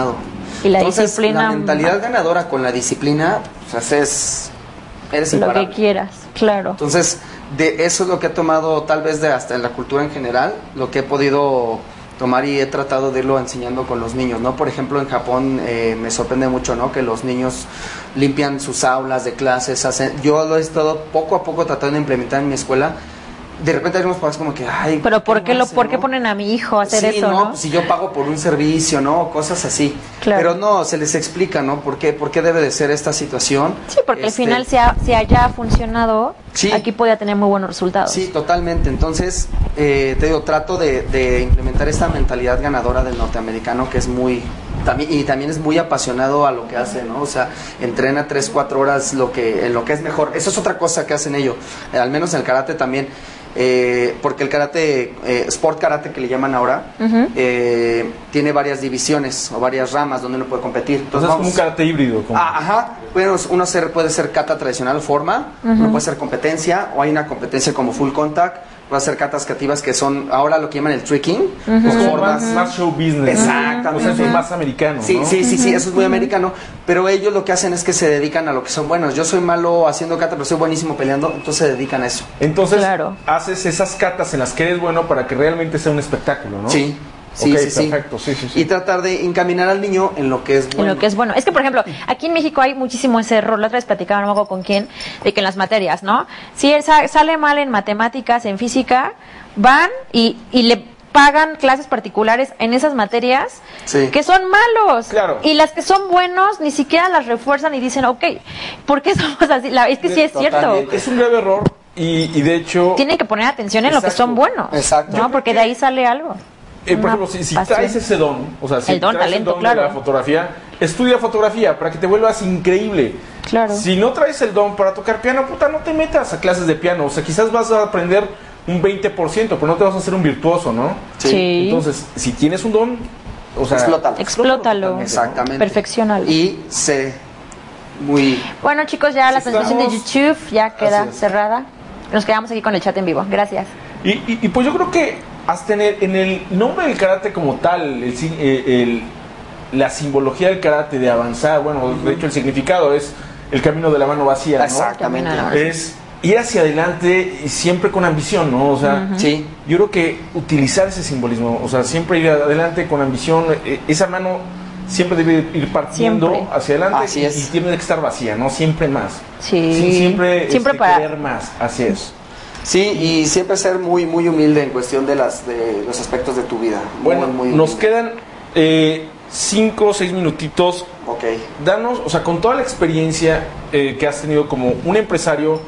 Y la Entonces, disciplina. la mentalidad ganadora con la disciplina, pues es, eres Lo imparable. que quieras, claro. Entonces, de eso es lo que he tomado, tal vez de hasta en la cultura en general, lo que he podido tomar y he tratado de irlo enseñando con los niños, ¿no? Por ejemplo, en Japón eh, me sorprende mucho, ¿no? Que los niños limpian sus aulas de clases, hacen, yo lo he estado poco a poco tratando de implementar en mi escuela. De repente hay unos papás como que, ay, Pero ¿por qué, no lo, hace, ¿por qué no? ponen a mi hijo a hacer Sí, eso, no, no? pues si yo pago por un servicio, ¿no? Cosas así. Claro. Pero no, se les explica, ¿no? ¿Por qué, por qué debe de ser esta situación? Sí, porque Este, al final si, ha, si haya funcionado, Sí. aquí podía tener muy buenos resultados. Sí, totalmente. Entonces, eh, te digo, trato de, de implementar esta mentalidad ganadora del norteamericano que es muy... También, y también es muy apasionado a lo que hace, ¿no? O sea, entrena tres, cuatro horas lo que, en lo que es mejor. Eso es otra cosa que hacen ellos. Eh, al menos en el karate también. Eh, porque el karate, eh, sport karate que le llaman ahora, Ujú. eh, tiene varias divisiones o varias ramas donde uno puede competir. Entonces es como un karate híbrido. Como... Ah, ajá. Bueno, uno ser, puede ser kata tradicional, forma, uno puede ser competencia, o hay una competencia como full contact, puede ser katas creativas que son ahora lo que llaman el tricking, Es o como formas. más, más show business. Exactamente. O sea, eso es más americano, Sí, ¿no? sí, sí, sí, eso es muy americano, pero ellos lo que hacen es que se dedican a lo que son buenos. Yo soy malo haciendo kata, pero soy buenísimo peleando, entonces se dedican a eso. Entonces, Claro. haces esas catas en las que eres bueno para que realmente sea un espectáculo, ¿no? Sí. Sí, Ok, sí, sí. perfecto, sí, sí, sí. Y tratar de encaminar al niño en lo que es bueno. En lo que es bueno. Es que, por ejemplo, aquí en México hay muchísimo ese error. La otra vez platicaba, no me acuerdo con quién, de que en las materias, ¿no? Si él sa- sale mal en matemáticas, en física, van y, y le pagan clases particulares en esas materias Sí. que son malos. Claro. Y las que son buenos ni siquiera las refuerzan y dicen, ok, ¿por qué somos así? La- es que sí es cierto. Totalmente. Es un grave error y, y de hecho... Tienen que poner atención en lo que Exacto. son buenos. Exacto. ¿No? Porque de ahí sale algo. Eh, por Una ejemplo, si, si pasión. traes ese don, o sea, si El don, traes talento, el don claro. de la fotografía, estudia fotografía para que te vuelvas increíble. Claro. Si no traes el don para tocar piano, puta, no te metas a clases de piano. O sea, quizás vas a aprender un veinte por ciento, pero no te vas a hacer un virtuoso, ¿no? Sí. Entonces, si tienes un don, o sea, Explótalo. Explótalo. Exactamente. Perfeccionalo. Y sé muy... Bueno, chicos, ya la Sí, transmisión de estamos- YouTube ya queda Así es. cerrada. Nos quedamos aquí con el chat en vivo. Gracias. Y, y, y pues yo creo que hasta en el, en el nombre del karate como tal, el, si- eh, el- la simbología del karate de avanzar, bueno, de hecho el significado es el camino de la mano vacía, ¿no? Exactamente. Camino a la- Es ir hacia adelante y siempre con ambición, ¿no? O sea, Sí. yo creo que utilizar ese simbolismo, o sea, siempre ir adelante con ambición, eh, esa mano siempre debe ir partiendo Siempre. hacia adelante Así y, es. y tiene que estar vacía, ¿no? Siempre más. Sí. Sí, siempre Siempre este, para- querer más, así es. Sí, y siempre ser muy muy humilde en cuestión de las de los aspectos de tu vida. Muy, Bueno, muy nos humilde. quedan eh, cinco o seis minutitos. Ok. Danos, o sea, con toda la experiencia eh, que has tenido como un empresario,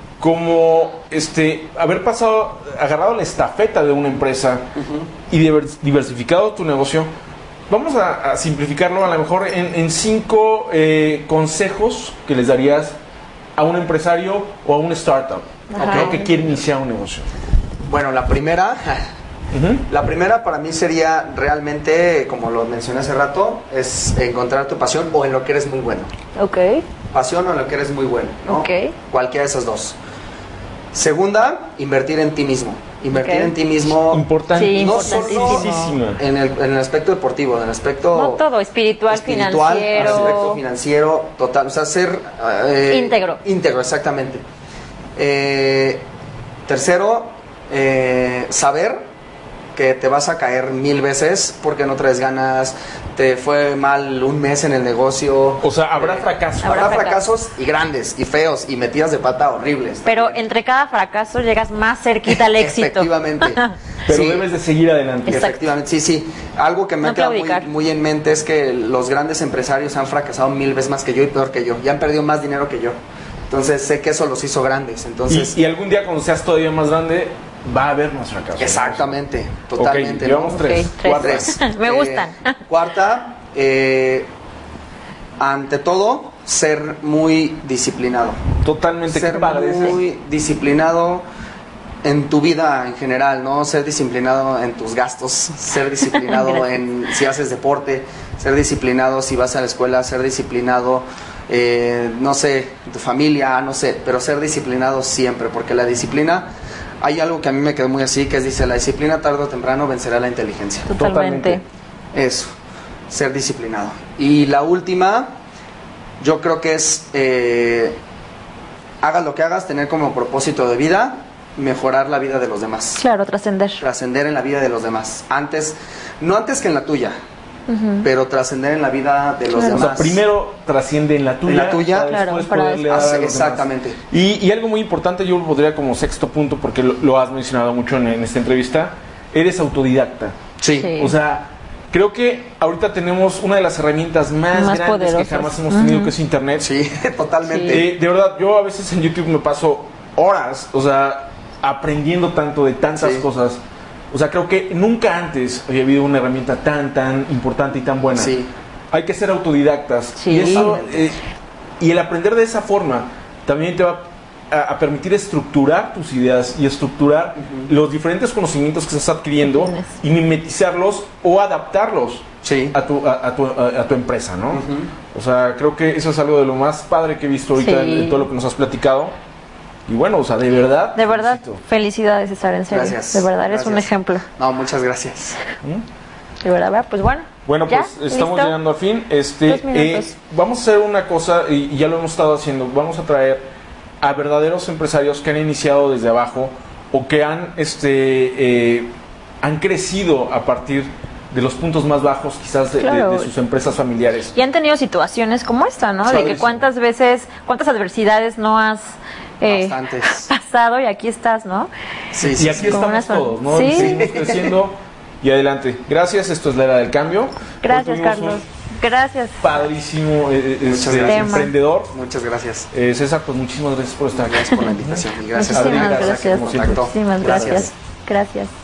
como este haber pasado, agarrado la estafeta de una empresa y diver- diversificado tu negocio, vamos a, a simplificarlo a lo mejor en, en cinco eh, consejos que les darías a un empresario o a un startup, Ajá. ¿no? que quiere iniciar un negocio. Bueno, la primera, Ujú. la primera para mí sería realmente, como lo mencioné hace rato, es encontrar tu pasión o en lo que eres muy bueno. Ok. Pasión o en lo que eres muy bueno, ¿no? Ok. Cualquiera de esas dos. Segunda, invertir en ti mismo. Invertir Ok. en ti mismo. Importante. Sí, no importantísimo. solo en el, en el aspecto deportivo, en el aspecto No todo, espiritual, espiritual, financiero. aspecto financiero, total, o sea, ser eh, Íntegro. Íntegro, exactamente. Eh, tercero, eh, saber que te vas a caer mil veces porque no traes ganas, te fue mal un mes en el negocio. O sea, habrá Eh, fracasos. Habrá Habrá fracasos y grandes y feos y metidas de pata horribles. Pero entre cada fracaso llegas más cerquita al éxito. Efectivamente. Pero Sí. debes de seguir adelante. Exacto. Efectivamente, sí, sí. Algo que me No ha quedado muy, claudicar. muy en mente es que los grandes empresarios han fracasado mil veces más que yo y peor que yo. Y han perdido más dinero que yo. Entonces sé que eso los hizo grandes. Entonces, Y, y algún día cuando seas todavía más grande, va a haber más fracasos. exactamente, totalmente. Ok, llevamos ¿no? tres. Ok, tres. Cuarta. Tres. Me Eh, gustan. Cuarta, eh, ante todo, ser muy disciplinado. Totalmente. Ser qué padre eso. muy disciplinado en tu vida en general, ¿no? Ser disciplinado en tus gastos, ser disciplinado Gracias. en si haces deporte, ser disciplinado si vas a la escuela, ser disciplinado, eh, no sé, en tu familia, no sé, pero ser disciplinado siempre, porque la disciplina, hay algo que a mí me quedó muy así, que es, dice, la disciplina tarde o temprano vencerá la inteligencia. Totalmente. Eso. ser disciplinado. Y la última, yo creo que es, eh, hagas lo que hagas, tener como propósito de vida, mejorar la vida de los demás. Claro, trascender. Trascender en la vida de los demás. Antes, no antes que en la tuya, uh-huh. pero trascender en la vida de los claro. demás. O sea, primero trasciende en la tuya, en la tuya para claro, después para poderle después. dar a los Exactamente. demás. Y, y algo muy importante, yo lo podría como sexto punto, porque lo, lo has mencionado mucho en, en esta entrevista, eres autodidacta. Sí. sí. O sea, creo que ahorita tenemos una de las herramientas más, más grandes poderosas. que jamás hemos tenido, uh-huh. que es Internet. Sí, totalmente. Sí. Eh, de verdad, yo a veces en YouTube me paso horas, o sea, aprendiendo tanto de tantas sí. cosas. O sea, creo que nunca antes había habido una herramienta tan, tan importante y tan buena. Sí. Hay que ser autodidactas. Sí. Y, eso, eh, y el aprender de esa forma también te va a, a permitir estructurar tus ideas y estructurar uh-huh. los diferentes conocimientos que estás adquiriendo y mimetizarlos o adaptarlos sí. a, tu, a, a, tu, a, a tu empresa, ¿no? Uh-huh. O sea, creo que eso es algo de lo más padre que he visto ahorita sí. en, en todo lo que nos has platicado. Y bueno, o sea, de verdad. De verdad, felicito. Felicidades, César, en serio. Gracias. De verdad, eres gracias. un ejemplo. No, muchas gracias. ¿Mm? De verdad, pues bueno. Bueno, ¿ya? pues estamos ¿Listo? llegando al fin. Este, eh, vamos a hacer una cosa, y, y ya lo hemos estado haciendo. Vamos a traer a verdaderos empresarios que han iniciado desde abajo o que han, este, eh, han crecido a partir de los puntos más bajos quizás de, claro. de, de sus empresas familiares. Y han tenido situaciones como esta, ¿no? ¿Sabes? De que cuántas veces, cuántas adversidades no has eh, pasado y aquí estás, ¿no? Sí, sí, y aquí sí, estamos todos, ¿no? ¿Sí? Seguimos creciendo y adelante. Gracias, esto es la Era del Cambio. Gracias, Carlos. Gracias. Padrísimo eh, este, emprendedor. Muchas gracias. Eh, César, pues muchísimas gracias por estar aquí. Gracias por la invitación. Y gracias. Muchísimas Adri, gracias. gracias. Muchísimas gracias. Gracias. gracias.